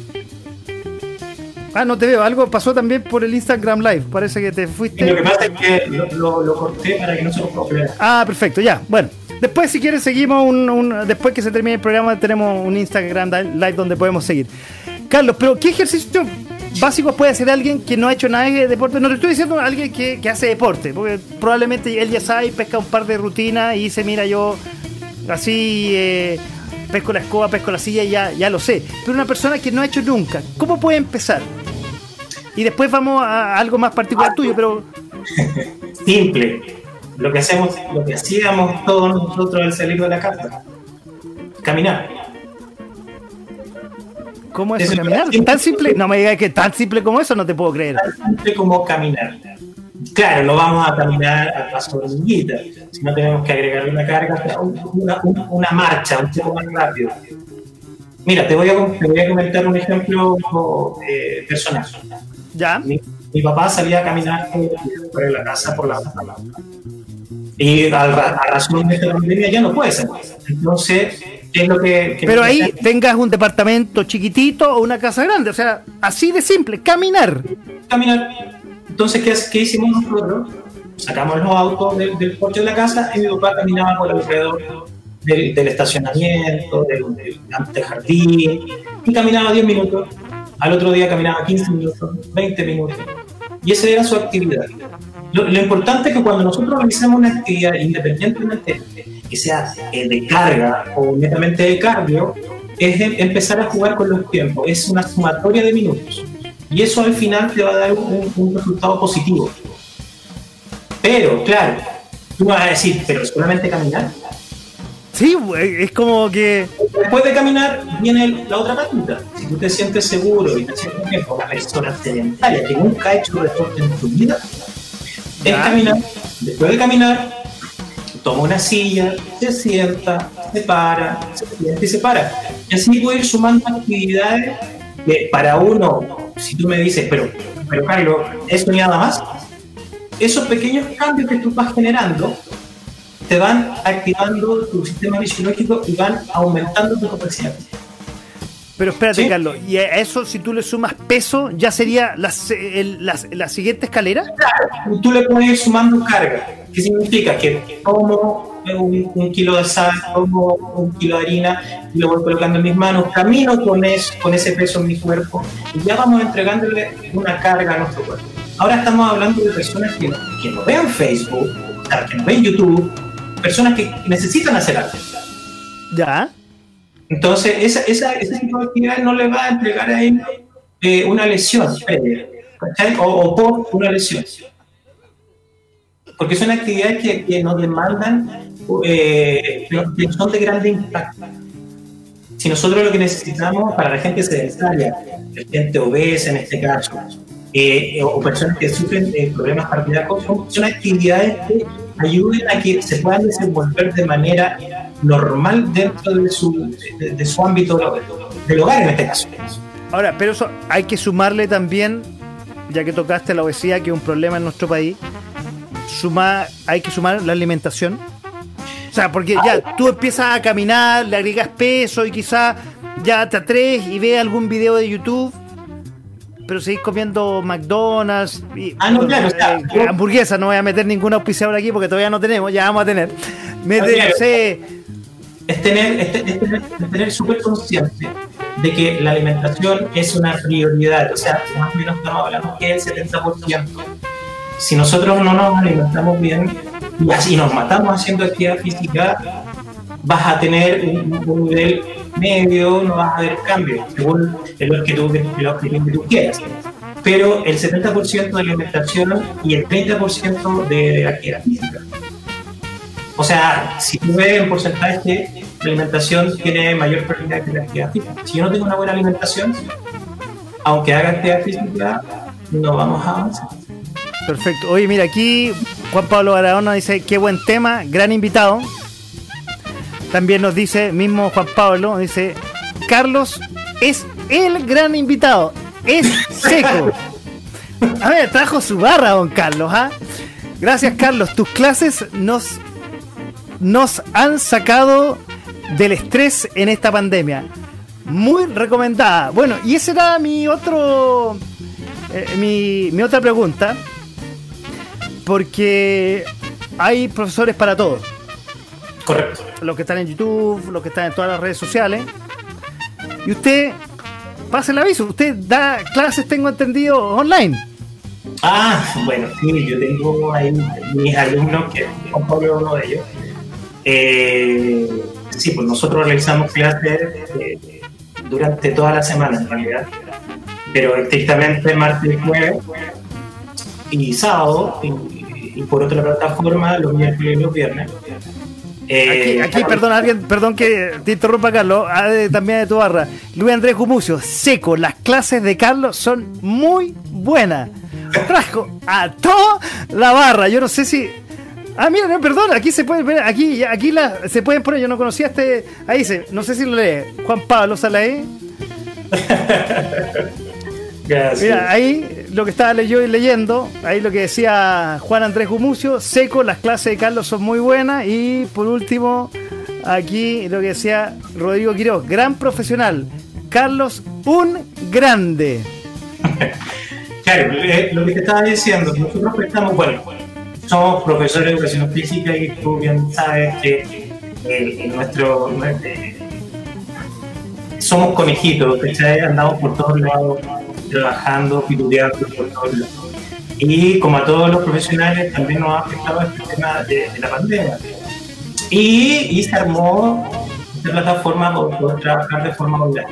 Ah, no te veo, algo pasó también por el Instagram Live, parece que te fuiste. Y lo que pasa es que lo, lo, lo corté para que no se nos copiara. Ah, perfecto, ya, bueno. Después, si quieres, seguimos un, un, después que se termine el programa, tenemos un Instagram Live donde podemos seguir. Carlos, pero ¿qué ejercicio básicos puede hacer alguien que no ha hecho nada de deporte? No te estoy diciendo a alguien que, que hace deporte, porque probablemente él ya sabe, pesca un par de rutinas y dice, mira, yo así eh, pesco la escoba, pesco la silla y ya, ya lo sé. Pero una persona que no ha hecho nunca, ¿cómo puede empezar? Y después vamos a algo más particular tuyo, pero... Simple. Lo que hacemos, lo que hacíamos todos nosotros al salir de la casa. Caminar. ¿Cómo es eso, caminar? ¿Tan simple? No me digas que tan simple como eso, no te puedo creer. Tan simple como caminar. Claro, no vamos a caminar a paso de hormiguita, sino tenemos que agregarle una carga, una, una, una marcha un poco más rápido. Mira, te voy a, te voy a comentar un ejemplo eh, personal. ¿Ya? Mi, mi papá salía a caminar por la casa por la mañana. Y a, a razón de esta pandemia ya no puede ser. Entonces, ¿qué es lo que...? que Pero ahí hacer? Tengas un departamento chiquitito o una casa grande, o sea, así de simple, caminar. Caminar. Entonces, ¿qué, qué hicimos nosotros? Sacamos los autos del, del porche de la casa y mi papá caminaba por alrededor del, del estacionamiento, del, del antejardín, y caminaba diez minutos. Al otro día caminaba quince minutos, veinte minutos. Y esa era su actividad. Lo, lo importante es que cuando nosotros realizamos una actividad, independientemente que sea eh, de carga o netamente de cardio, es de empezar a jugar con los tiempos. Es una sumatoria de minutos. Y eso al final te va a dar un, un resultado positivo. Pero, claro, tú vas a decir, ¿pero solamente caminar? Sí, es como que... Después de caminar viene la otra patita. Si tú te sientes seguro y te sientes bien con una persona sedentaria que nunca ha hecho deporte en su vida, es caminar. Después de caminar, toma una silla, se sienta, se para, se sienta y se para. Y así puedo ir sumando actividades que para uno, si tú me dices, pero, pero Carlos, ¿eso ni nada más? Esos pequeños cambios que tú vas generando te van activando tu sistema fisiológico y van aumentando tu capacidad. Pero espérate, ¿Sí? Carlos, y a eso si tú le sumas peso, ¿ya sería la, el, la, la siguiente escalera? Claro, tú le puedes ir sumando carga. ¿Qué significa? Que tomo un, un kilo de sal, tomo un kilo de harina, y lo voy colocando en mis manos, camino con, es, con ese peso en mi cuerpo, y ya vamos entregándole una carga a nuestro cuerpo. Ahora estamos hablando de personas que, que no ven Facebook, o sea, que no ven YouTube, personas que necesitan hacer algo. Ya. Entonces, esa, esa, ese tipo de actividad no le va a entregar a ellos eh, una lesión previa, ¿cachai? O, o por una lesión. Porque son actividades que, que nos demandan, eh, que son de grande impacto. Si nosotros lo que necesitamos para la gente sedentaria, la gente obesa en este caso, eh, o personas que sufren eh, problemas cardíacos, son, son actividades que ayuden a que se puedan desenvolver de manera normal dentro de su, de, de su ámbito del hogar en este caso. Ahora, pero eso hay que sumarle también, ya que tocaste la obesidad, que es un problema en nuestro país, sumar, hay que sumar la alimentación. O sea, porque ya tú empiezas a caminar, le agregas peso y quizás ya te atreves y ves algún video de YouTube, pero seguís comiendo McDonald's y ah, no, claro, eh, claro. hamburguesas. No voy a meter ningún auspiciador aquí porque todavía no tenemos, ya vamos a tener. Mete, claro. no sé, Es tener, es, es tener, es tener súper consciente de que la alimentación es una prioridad. O sea, más o menos estamos hablando que el setenta por ciento. Si nosotros no nos alimentamos bien y así nos matamos haciendo actividad física, vas a tener un, un nivel medio, no vas a ver cambios según el objetivo que, el objetivo que tú quieras. Pero el setenta por ciento de alimentación y el treinta por ciento de actividad física. O sea, si tú ves en porcentaje, la alimentación tiene mayor prioridad que la actividad física. Si yo no tengo una buena alimentación, aunque haga actividad física, no vamos a avanzar. perfecto. Oye, mira, aquí Juan Pablo Barahona dice, qué buen tema, gran invitado. También nos dice, mismo Juan Pablo, dice, Carlos es el gran invitado, es seco. A ver, trajo su barra, don Carlos, ¿ah? Gracias, Carlos, tus clases nos, nos han sacado del estrés en esta pandemia. Muy recomendada. Bueno, y ese era mi otro... Eh, mi, mi otra pregunta, porque hay profesores para todos. Correcto. Los que están en YouTube, los que están en todas las redes sociales. Y usted, pase el aviso, usted da clases, tengo entendido, online. Ah, bueno, sí, yo tengo ahí mis alumnos, que Juan Pablo es uno de ellos. Eh, sí, pues nosotros realizamos clases eh, durante toda la semana, en realidad. Pero estrictamente martes y jueves y sábado, y, y por otra plataforma los miércoles y los viernes. Eh, aquí, aquí perdón, alguien, perdón que te interrumpa, Carlos, también de tu barra. Luis Andrés Gumucio, seco, las clases de Carlos son muy buenas. Trajo a toda la barra, yo no sé si... Ah, mira, no, perdón, aquí se puede ver, aquí, aquí la, se pueden poner, yo no conocía este... Ahí dice, no sé si lo lee, Juan Pablo, sale ahí. Gracias. Mira, ahí lo que estaba yo leyendo, ahí lo que decía Juan Andrés Gumucio, seco, las clases de Carlos son muy buenas. Y por último, aquí lo que decía Rodrigo Quiroz, gran profesional, Carlos, un grande. Claro, eh, lo que te estaba diciendo, nosotros prestamos, bueno, somos profesores de educación física y tú bien sabes que eh, nuestro, eh, somos conejitos, ¿cachai? Andamos por todos lados, trabajando, pituteando por todos lados. Y como a todos los profesionales también nos ha afectado este tema de, de la pandemia. Y, y se armó esta plataforma para poder trabajar de forma online.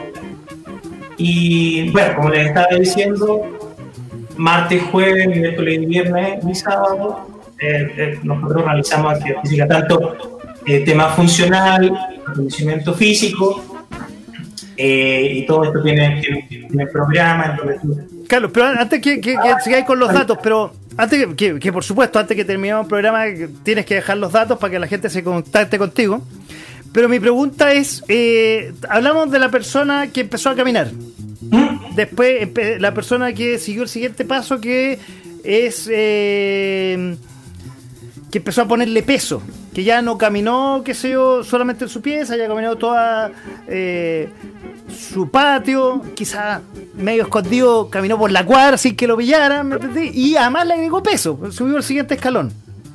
Y bueno, como les estaba diciendo, martes, jueves, miércoles y viernes y sábado, eh, eh, nosotros realizamos actividad física, tanto eh, tema funcional, acondicionamiento físico, eh, y todo esto tiene, tiene, tiene programa. Entonces, Carlos, pero antes que, que, que sigáis con los datos, pero antes que, que, que por supuesto, antes que terminemos el programa, tienes que dejar los datos para que la gente se contacte contigo. Pero mi pregunta es, eh, hablamos de la persona que empezó a caminar. ¿Mm? Después, la persona que siguió el siguiente paso, que es... Eh, que empezó a ponerle peso. que ya no caminó, qué sé yo, solamente en su pieza, ya caminó toda eh, su patio, quizá medio escondido, caminó por la cuadra sin que lo pillaran, ¿me entendí? Y además le agregó peso, subió al siguiente escalón.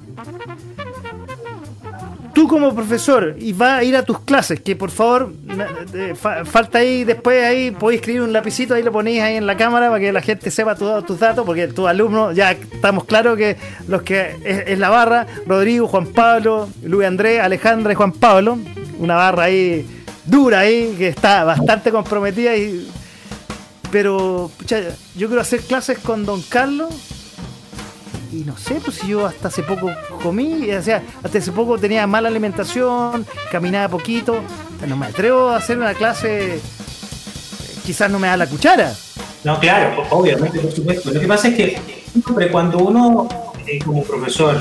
Tú como profesor y vas a ir a tus clases, que por favor eh, fa- falta ahí, después ahí podéis escribir un lapicito, ahí lo ponéis ahí en la cámara para que la gente sepa tu- tus datos, porque tus alumnos, ya estamos claros que los que es, es la barra, Rodrigo, Juan Pablo, Luis Andrés, Alejandra y Juan Pablo, una barra ahí dura ahí, que está bastante comprometida, y pero pucha, yo quiero hacer clases con don Carlos. Y no sé, pues si yo hasta hace poco comí, o sea, hasta hace poco tenía mala alimentación, caminaba poquito, no me atrevo a hacer una clase, quizás no me da la cuchara. No, claro, obviamente, por supuesto. Lo que pasa es que siempre cuando uno, eh, como profesor,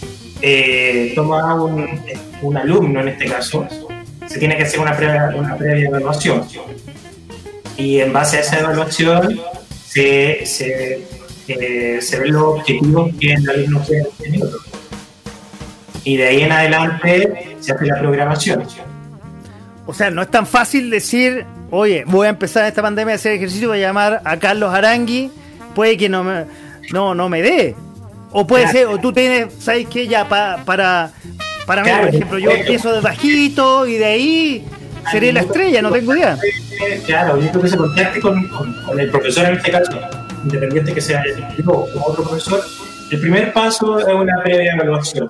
eh, toma un, un alumno, en este caso, se tiene que hacer una previa, una previa evaluación. Y en base a esa evaluación se... se Eh, se ven los objetivos que el alumno quiere tener, y de ahí en adelante se hace la programación. O sea, no es tan fácil decir, oye, voy a empezar en esta pandemia a hacer ejercicio, voy a llamar a Carlos Arangui, puede que no me, no, no me dé, o puede claro. ser, o tú tienes, ¿sabes qué? Ya pa, para para claro, mí, por ejemplo, yo empiezo de bajito y de ahí seré la estrella, no tengo idea. Claro, yo creo que se contacte con, con, con el profesor en este caso, independiente que sea yo o otro profesor. El primer paso es una previa evaluación,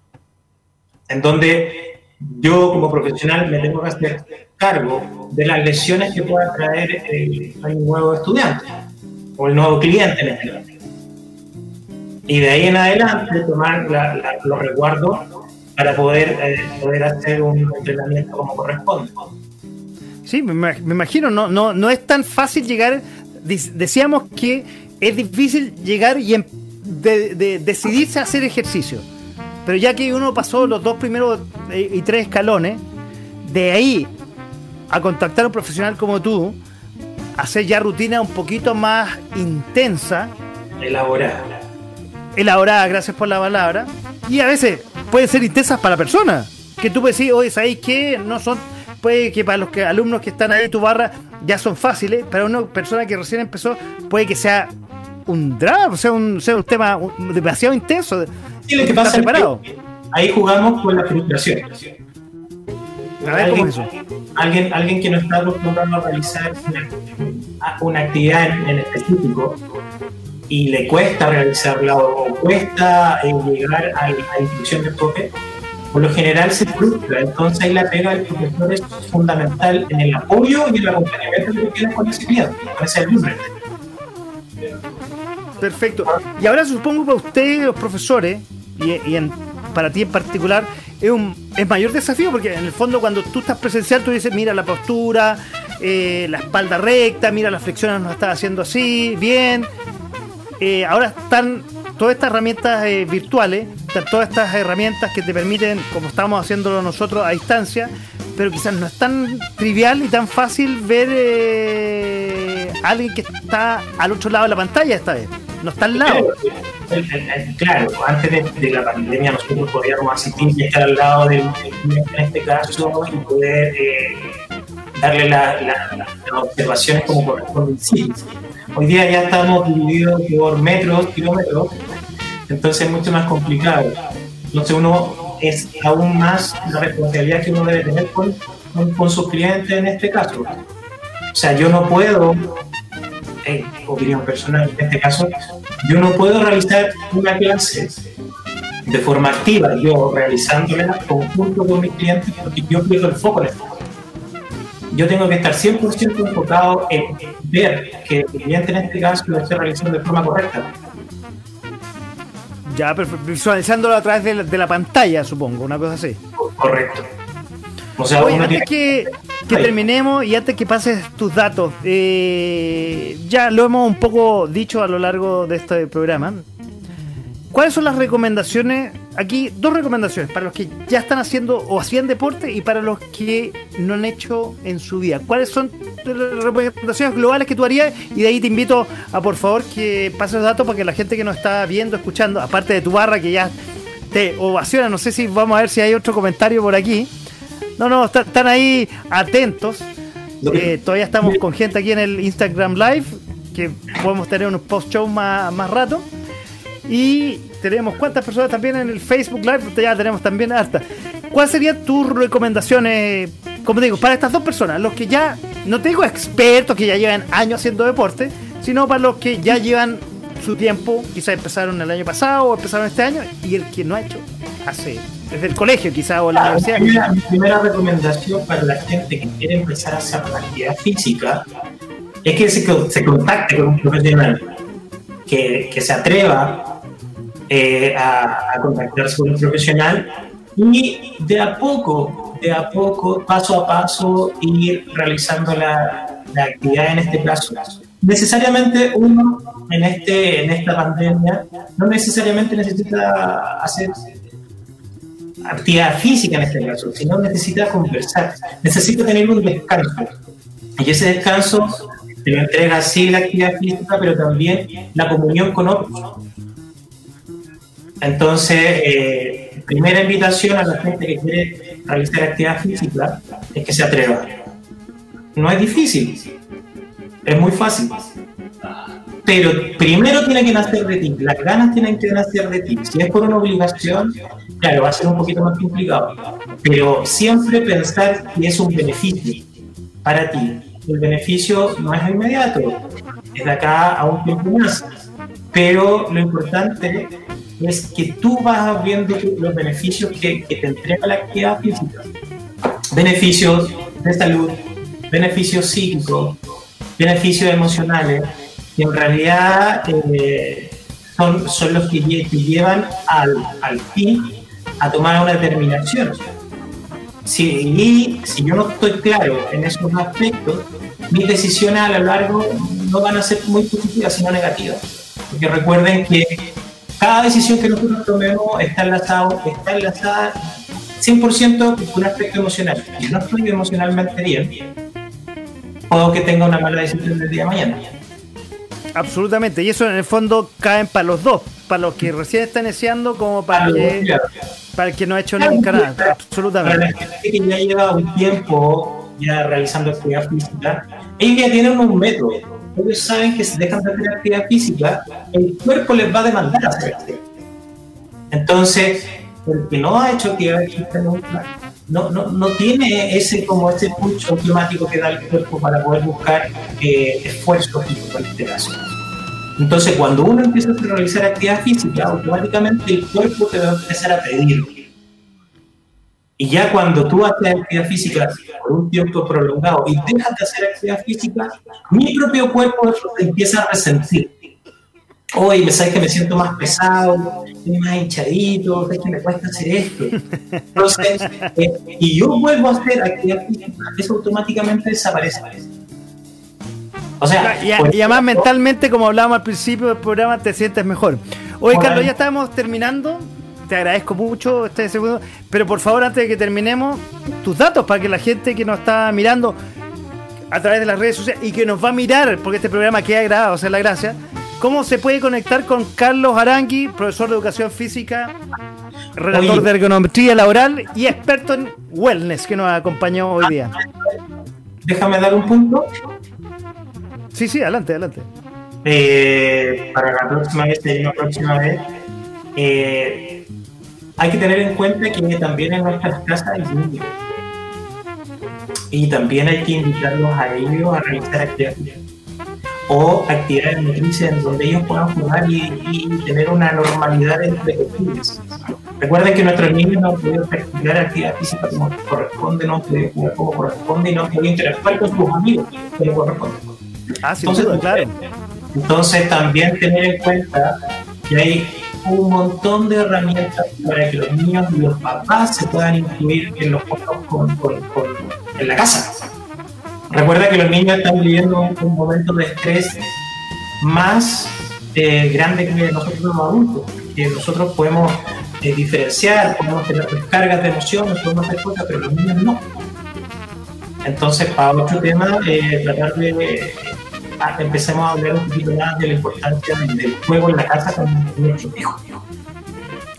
en donde yo como profesional me tengo que hacer cargo de las lesiones que pueda traer el, el nuevo estudiante o el nuevo cliente en este caso. Y de ahí en adelante tomar la, la, los resguardos para poder, eh, poder hacer un entrenamiento como corresponde. Sí, me, me imagino, no, no, no es tan fácil llegar. Decíamos que es difícil llegar y de, de, decidirse a hacer ejercicio, pero ya que uno pasó los dos primeros y tres escalones, de ahí a contactar a un profesional como tú, hacer ya rutina un poquito más intensa, elaborada, elaborada, gracias por la palabra, y a veces pueden ser intensas para personas, que tú puedes decir, oye, ¿sabéis qué? No son, puede que para los que, alumnos que están ahí en tu barra ya son fáciles, para una persona que recién empezó puede que sea un drama, o sea, un, sea un tema un, demasiado intenso. Sí, lo que pasa preparado. Es que ahí jugamos con la frustración. A ver, ¿cómo es eso? Alguien, alguien que no está acostumbrado a realizar una, una actividad en, en específico y le cuesta realizarla o, o cuesta eh, llegar a, a la inclusión del tope, por lo general se frustra. Entonces ahí la pega del profesor es fundamental en el apoyo y el acompañamiento que tienes con ese cliente, con ese alumno. Perfecto. Y ahora supongo para ustedes, los profesores, y, y en, para ti en particular, es un es mayor desafío, porque en el fondo cuando tú estás presencial, tú dices, mira la postura, eh, la espalda recta, mira las flexiones nos estás haciendo así, bien. Eh, ahora están todas estas herramientas eh, virtuales, todas estas herramientas que te permiten, como estamos haciéndolo nosotros a distancia, pero quizás no es tan trivial y tan fácil ver eh, a alguien que está al otro lado de la pantalla esta vez, no está al lado. Claro, antes de, de la pandemia nosotros podíamos asistir y estar al lado del cliente en este caso y poder eh, darle la, la, las observaciones como corresponde. Sí. Hoy día ya estamos divididos por metros, kilómetros, entonces es mucho más complicado. Entonces uno es aún más la responsabilidad que uno debe tener con, con, con sus clientes en este caso. O sea, yo no puedo, en opinión personal en este caso, yo no puedo realizar una clase de forma activa, yo realizándola conjunto con mis clientes, porque yo pierdo el foco en esto. Yo tengo que estar cien por ciento enfocado en ver que el cliente en este caso lo esté realizando de forma correcta. Ya, pero visualizándolo a través de la, de la pantalla, supongo, una cosa así. Correcto. O sea, Oye, uno antes tiene... que, que terminemos y antes que pases tus datos, eh, ya lo hemos un poco dicho a lo largo de este programa. ¿Cuáles son las recomendaciones? Aquí, dos recomendaciones para los que ya están haciendo o hacían deporte y para los que no han hecho en su vida. ¿Cuáles son las recomendaciones globales que tú harías? Y de ahí te invito a, por favor, que pases los datos para que la gente que nos está viendo, escuchando, aparte de tu barra, que ya te ovaciona. No sé si vamos a ver si hay otro comentario por aquí. No, no, está, están ahí atentos. Eh, todavía estamos con gente aquí en el Instagram Live, que podemos tener unos post-show más, más rato. Y tenemos cuántas personas también en el Facebook Live, ya tenemos también harta. ¿Cuáles serían tus recomendaciones, como te digo, para estas dos personas? Los que ya, no te digo expertos, que ya llevan años haciendo deporte, sino para los que ya llevan su tiempo, quizás empezaron el año pasado o empezaron este año, y el que no ha hecho hace desde el colegio quizás o la ah, universidad. Mi primera, mi primera recomendación para la gente que quiere empezar a hacer una actividad física es que se, se contacte con un profesional, que, que se atreva eh, a, a contactarse con un profesional y de a poco, de a poco, paso a paso, ir realizando la, la actividad en este plazo. Necesariamente uno en, este, en esta pandemia no necesariamente necesita hacer actividad física en este caso, sino necesita conversar, necesita tener un descanso. Y ese descanso te lo entrega sí la actividad física, pero también la comunión con otros. Entonces, eh, primera invitación a la gente que quiere realizar actividad física es que se atreva. No es difícil, es muy fácil. Pero primero tiene que nacer de ti, las ganas tienen que nacer de ti. Si es por una obligación, claro, va a ser un poquito más complicado. Pero siempre pensar que es un beneficio para ti. El beneficio no es inmediato, es de acá a un tiempo más. Pero lo importante es que tú vas viendo los beneficios que, que te entrega la actividad física. Beneficios de salud, beneficios psíquicos, beneficios emocionales, que en realidad eh, son, son los que te llevan al, al fin a tomar una determinación. Si, y si yo no estoy claro en esos aspectos, mis decisiones a lo largo no van a ser muy positivas, sino negativas. Porque recuerden que cada decisión que nosotros tomemos está enlazada, está enlazada cien por ciento con un aspecto emocional. Si no estoy emocionalmente bien, puedo que tenga una mala decisión del día de mañana. Absolutamente, y eso en el fondo caen para los dos, para los que recién están iniciando como para, que, claro. para el que no ha hecho nunca nada, absolutamente. Para la gente que ya lleva un tiempo ya realizando actividad física, ellos ya tienen un método, ellos saben que si dejan de hacer actividad física, el cuerpo les va a demandar hacer actividad. Entonces, el que no ha hecho actividad física nunca, no, no, no tiene ese como ese pulso automático que da el cuerpo para poder buscar eh, esfuerzo físico en este caso. Entonces, cuando uno empieza a realizar actividad física, automáticamente el cuerpo te va a empezar a pedir. Y ya cuando tú haces actividad física por un tiempo prolongado y dejas de hacer actividad física, mi propio cuerpo te empieza a resentir. Oye, ¿sabes que me siento más pesado? Estoy más hinchadito, ¿sabes que me cuesta hacer esto? Entonces, eh, y yo vuelvo a hacer actividad física, eso automáticamente desaparece. O sea, y, y, y además mentalmente, como hablábamos al principio del programa, te sientes mejor. Oye, Carlos, ya estamos terminando. Te agradezco mucho este segundo. Pero por favor, antes de que terminemos, tus datos para que la gente que nos está mirando a través de las redes sociales y que nos va a mirar, porque este programa queda grabado, o sea, la gracia. ¿Cómo se puede conectar con Carlos Arangui, profesor de educación física, relator Oye. de ergonometría laboral y experto en wellness, que nos acompañó hoy día? Déjame dar un punto. Sí, sí, adelante, adelante. Eh, para la próxima vez, la próxima vez, eh, hay que tener en cuenta que también en nuestras casas hay niños. Y también hay que invitarlos a ellos a realizar actividades o actividades motrices en donde ellos puedan jugar y, y tener una normalidad entre ellos. Recuerden que nuestros niños no han podido practicar actividad física como corresponde, no han podido jugar como corresponde y no han podido interactuar con sus amigos como corresponde. Ah, sin duda, claro. Entonces también tener en cuenta que hay un montón de herramientas para que los niños y los papás se puedan incluir en los juegos con, con, con, en la casa. Recuerda que los niños están viviendo un, un momento de estrés más eh, grande que nosotros los adultos, que nosotros podemos eh, diferenciar, podemos tener descargas de emociones, podemos hacer cosas, pero los niños no. Entonces, para otro tema, eh, tratar de eh, empecemos a hablar un poquito más de la importancia del juego en la casa con nuestros hijos.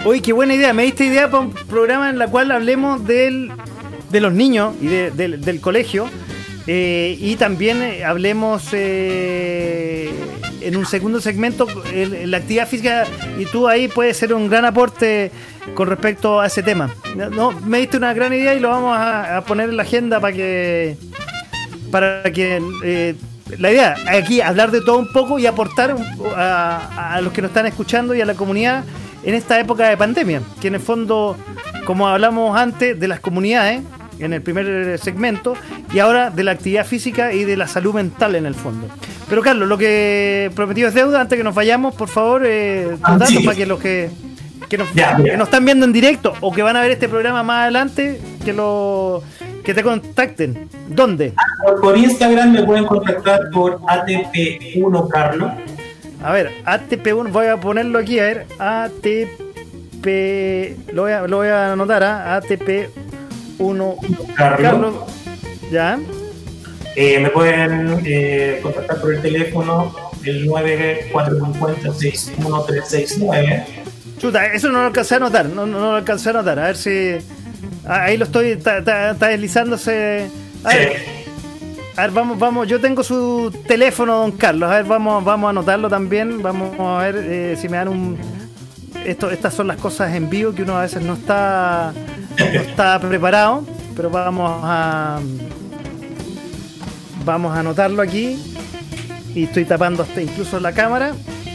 Oye, qué buena idea. Me diste idea para un programa en el cual hablemos del, de los niños y de, del, del colegio. Eh, y también eh, hablemos eh, en un segundo segmento el, la actividad física, y tú ahí puedes ser un gran aporte con respecto a ese tema. No, me diste una gran idea y lo vamos a, a poner en la agenda para que para que eh, la idea aquí hablar de todo un poco y aportar a, a los que nos están escuchando y a la comunidad en esta época de pandemia, que en el fondo, como hablamos antes de las comunidades en el primer segmento, y ahora de la actividad física y de la salud mental en el fondo. Pero Carlos, lo que prometido es deuda. Antes que nos vayamos, por favor, eh, tus ah, datos sí. para que los que, que, nos, ya, que ya. nos están viendo en directo o que van a ver este programa más adelante, que lo que te contacten. ¿Dónde? Por, por Instagram me pueden contactar por A T P uno Carlos. A ver, A T P uno, voy a ponerlo aquí, a ver, A T P, lo voy a, lo voy a anotar, ¿eh? A T P uno Carlos. Carlos, ya. Eh, me pueden eh, contactar por el teléfono el nueve cuatro cinco cero seis uno tres seis nueve. Chuta, eso no lo alcancé a anotar, no, no, no lo alcancé a anotar, a ver si... Ahí lo estoy, está, está, está deslizándose. A ver, a ver, vamos, vamos, yo tengo su teléfono, don Carlos, a ver, vamos, vamos a anotarlo también, vamos a ver eh, si me dan un... Esto, estas son las cosas en vivo que uno a veces no está, no está preparado, pero vamos a... Vamos a anotarlo aquí. Y estoy tapando hasta incluso la cámara.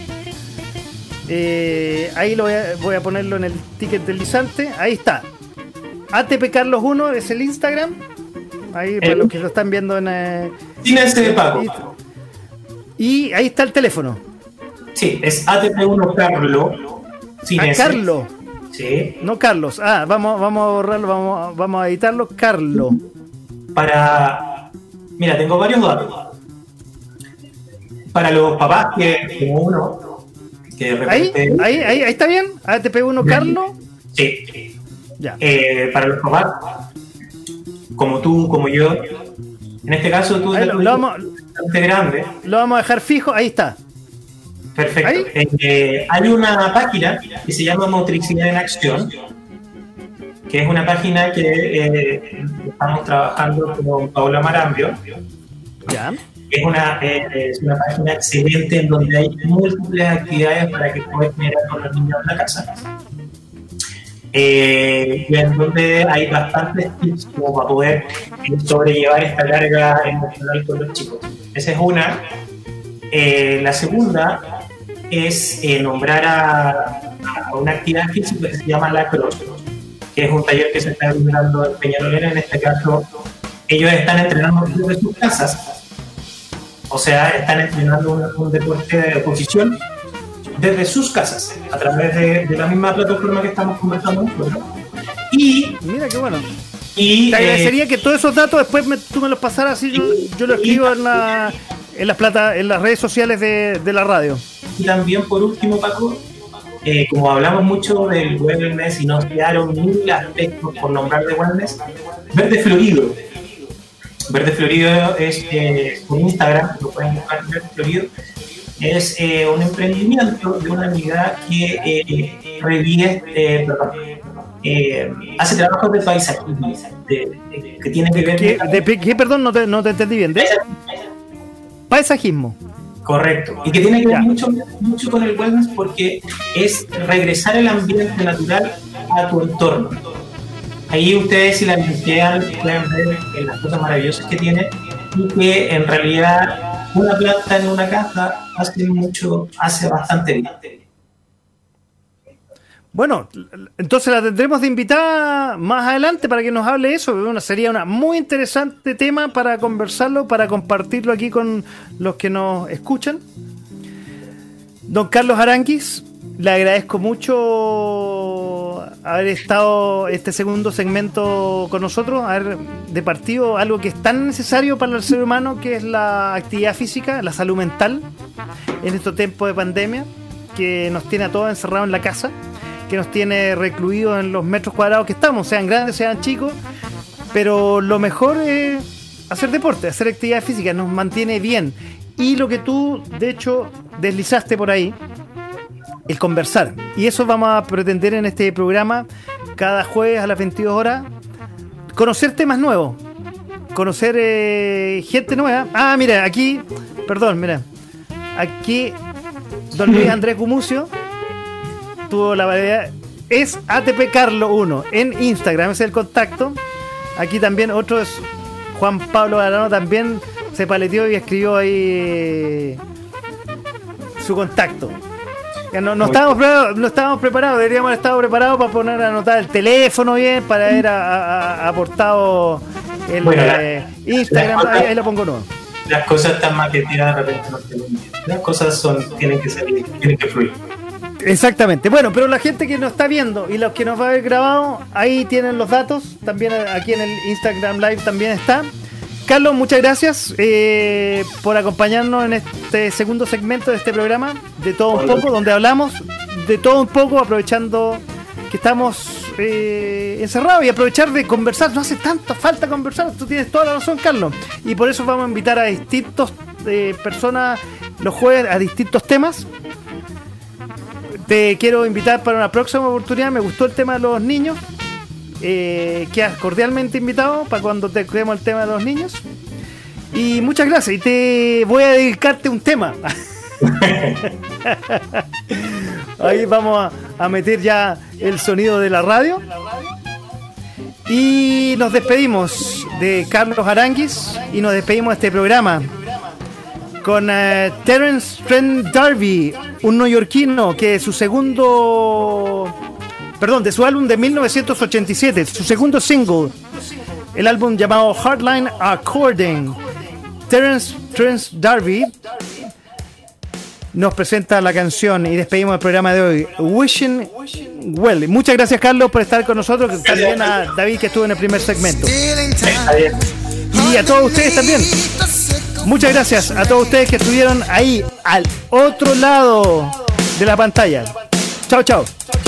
Eh, ahí lo voy a, voy a ponerlo en el ticket deslizante. Ahí está. A T P Carlos uno es el Instagram. Ahí para Eh. los que lo están viendo en... Eh, Sin ese de pago. y, y ahí está el teléfono. Sí, es A T P uno Carlos. Sin A ese. Carlos. Sí. No Carlos. Ah, vamos, vamos a borrarlo, vamos, vamos a editarlo. Carlos. Para... Mira, tengo varios datos. Para los papás que, como uno, que de Ahí, repente... ahí, ahí, ahí está bien. A T P uno Carlos. Sí. Ya. Eh, para los papás, como tú, como yo, en este caso tú Ahí eres lo, lo vamos, bastante grande. lo vamos a dejar fijo. Ahí está. Perfecto. ¿Ahí? Eh, eh, hay una página que se llama Motricidad en Acción, que es una página que eh, estamos trabajando con Paola Marambio. Ya. Es una, eh, es una página excelente en donde hay múltiples actividades para que puedas mirar con los niños en la casa. Eh, y en donde hay bastantes tips como para poder eh, sobrellevar esta carga emocional con los chicos. Esa es una. Eh, la segunda es eh, nombrar a, a una actividad física que se llama la cross, que es un taller que se está brindando en Peñalolera. En este caso, ellos están entrenando desde sus casas, o sea, están entrenando un, un deporte de oposición desde sus casas, a través de, de la misma plataforma que estamos conversando nosotros. Y, Mira qué bueno. y Te eh, agradecería que todos esos datos después me, tú me los pasaras así. Yo, yo lo escribo en, la, en las plata, en las redes sociales de, de la radio. y también, por último, Paco, eh, como hablamos mucho del wellness y nos quedaron mil aspectos por nombrar de wellness, Verde Florido. Verde Florido es eh, un Instagram, lo pueden buscar, Verde Florido. Es eh, un emprendimiento de una amiga que eh, revive, eh, perdón, eh, hace trabajos de paisajismo, de, de, que tiene que ver ¿Qué, con... de, ¿qué perdón? No te, no te entendí bien. ¿De paisajismo? Correcto, y que tiene que ver Ya. mucho, mucho con el wellness porque es regresar el ambiente natural a tu entorno. Ahí ustedes, si la limpian, pueden ver eh, las cosas maravillosas que tiene y que en realidad una planta en una casa hace mucho, hace bastante bien. Bueno, entonces la tendremos de invitada más adelante para que nos hable eso. Bueno, sería un muy interesante tema para conversarlo, para compartirlo aquí con los que nos escuchan. Don Carlos Aranguis, le agradezco mucho haber estado este segundo segmento con nosotros, haber departido algo que es tan necesario para el ser humano, que es la actividad física, la salud mental, en estos tiempos de pandemia, que nos tiene a todos encerrados en la casa, que nos tiene recluidos en los metros cuadrados que estamos, sean grandes, sean chicos, pero lo mejor es hacer deporte, hacer actividad física, nos mantiene bien. Y lo que tú, de hecho, deslizaste por ahí, el conversar. Y eso vamos a pretender en este programa, cada jueves a las veintidós horas, conocer temas nuevos, conocer eh, gente nueva. Ah, mira, aquí, perdón, mira, aquí don Luis Andrés Gumucio tuvo la variedad, es A T P Carlo uno en Instagram, ese es el contacto. Aquí también otro es Juan Pablo Arano, también se paleteó y escribió ahí eh, su contacto. No, no, estábamos preparados, no estábamos preparados, deberíamos haber estado preparados para poner a anotar el teléfono bien, para haber a, a, aportado el bueno, eh, la, Instagram, cosas, ahí, ahí lo pongo nuevo. Las cosas están maqueteadas, de repente no tienen bien. Las cosas son, tienen que salir, tienen que fluir. Exactamente. Bueno, pero la gente que nos está viendo y los que nos va a haber grabado, ahí tienen los datos. También aquí en el Instagram Live también está. Carlos, muchas gracias eh, por acompañarnos en este segundo segmento de este programa, de todo un poco, donde hablamos de todo un poco, aprovechando que estamos eh, encerrados y aprovechar de conversar. No hace tanta falta conversar, tú tienes toda la razón, Carlos. Y por eso vamos a invitar a distintas eh, personas los jueves a distintos temas. Te quiero invitar para una próxima oportunidad. Me gustó el tema de los niños. Eh, quedas cordialmente invitado para cuando te creemos el tema de los niños. Y muchas gracias. Y te voy a dedicarte un tema. Ahí vamos a, a meter ya el sonido de la radio. Y nos despedimos de Carlos Aranguis. Y nos despedimos de este programa con uh, Terence Trent D'Arby, un neoyorquino que su segundo, perdón, de su álbum de mil novecientos ochenta y siete, su segundo single, el álbum llamado Hardline According. Terence Trent D'Arby nos presenta la canción y despedimos el programa de hoy, Wishing Well. Muchas gracias, Carlos, por estar con nosotros, también a David, que estuvo en el primer segmento, y a todos ustedes también. Muchas gracias a todos ustedes que estuvieron ahí al otro lado de la pantalla. Chao, chao.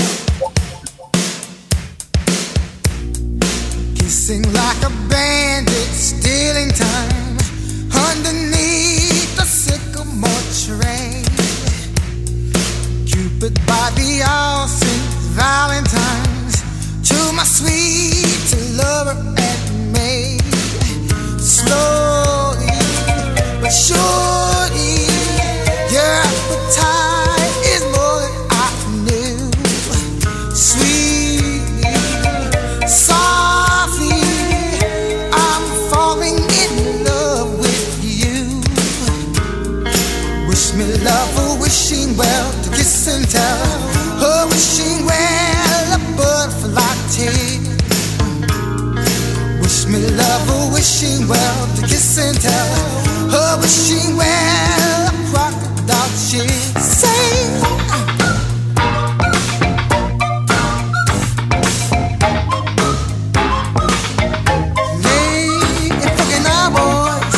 Kissing like a bandit, stealing time underneath the sycamore tree. Cupid by the all Saint Valentine's, to my sweet lover and me. Slowly but surely, your appetite is more than I knew. Sweetly, softly, I'm falling in love with you. Wish me love, a wishing well, to kiss and tell. A wishing well, a butterfly tale. Wish me love, a wishing well, to kiss and tell. A wishing well, a crocodile she'll say. Lay and fucking our boys.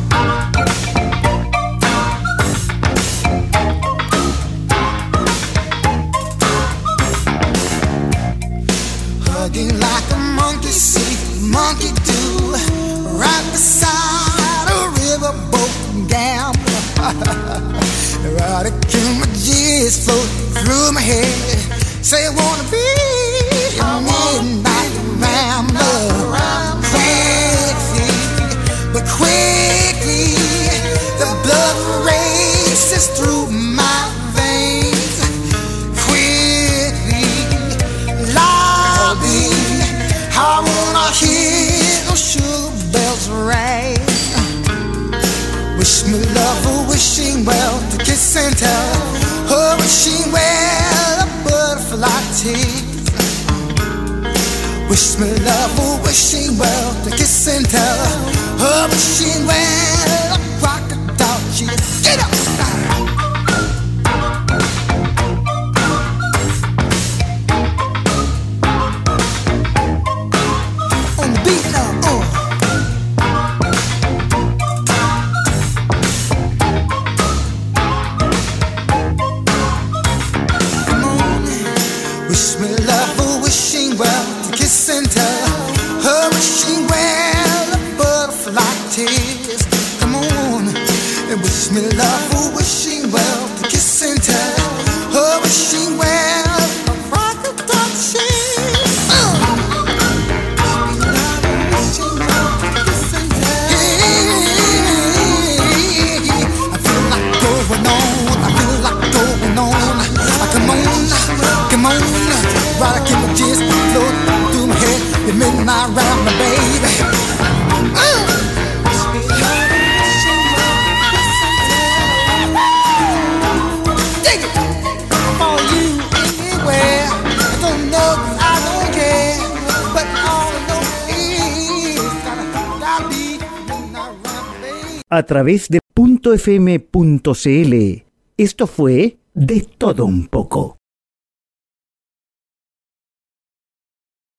Hugging like a monkey see, monkey do, right beside a riverboat gambler. Erotic images float through my head. Say I wanna be a midnight rambler. Quickly, but quickly, the blood races through my veins. Quickly, lobby, I wanna hear those sugar bells ring. Wish me love, a wishing well, to kiss and tell. A wishing well, a butterfly tease. Wish me love, a wishing well, to kiss and tell. A wishing well, a crocodile cheese. Get up! On the beat now, oh. Wish me love, a wishing well, to kiss and tell. A wishing well, a butterfly tears. Come on, and wish me love, a wishing well, to kiss and tell. A wishing around me, baby. Uh. Dig it for you anywhere. I don't know, I don't care, but all I know is gotta, gotta be around me. A través de punto f m punto c l. Esto fue De Todo Un Poco.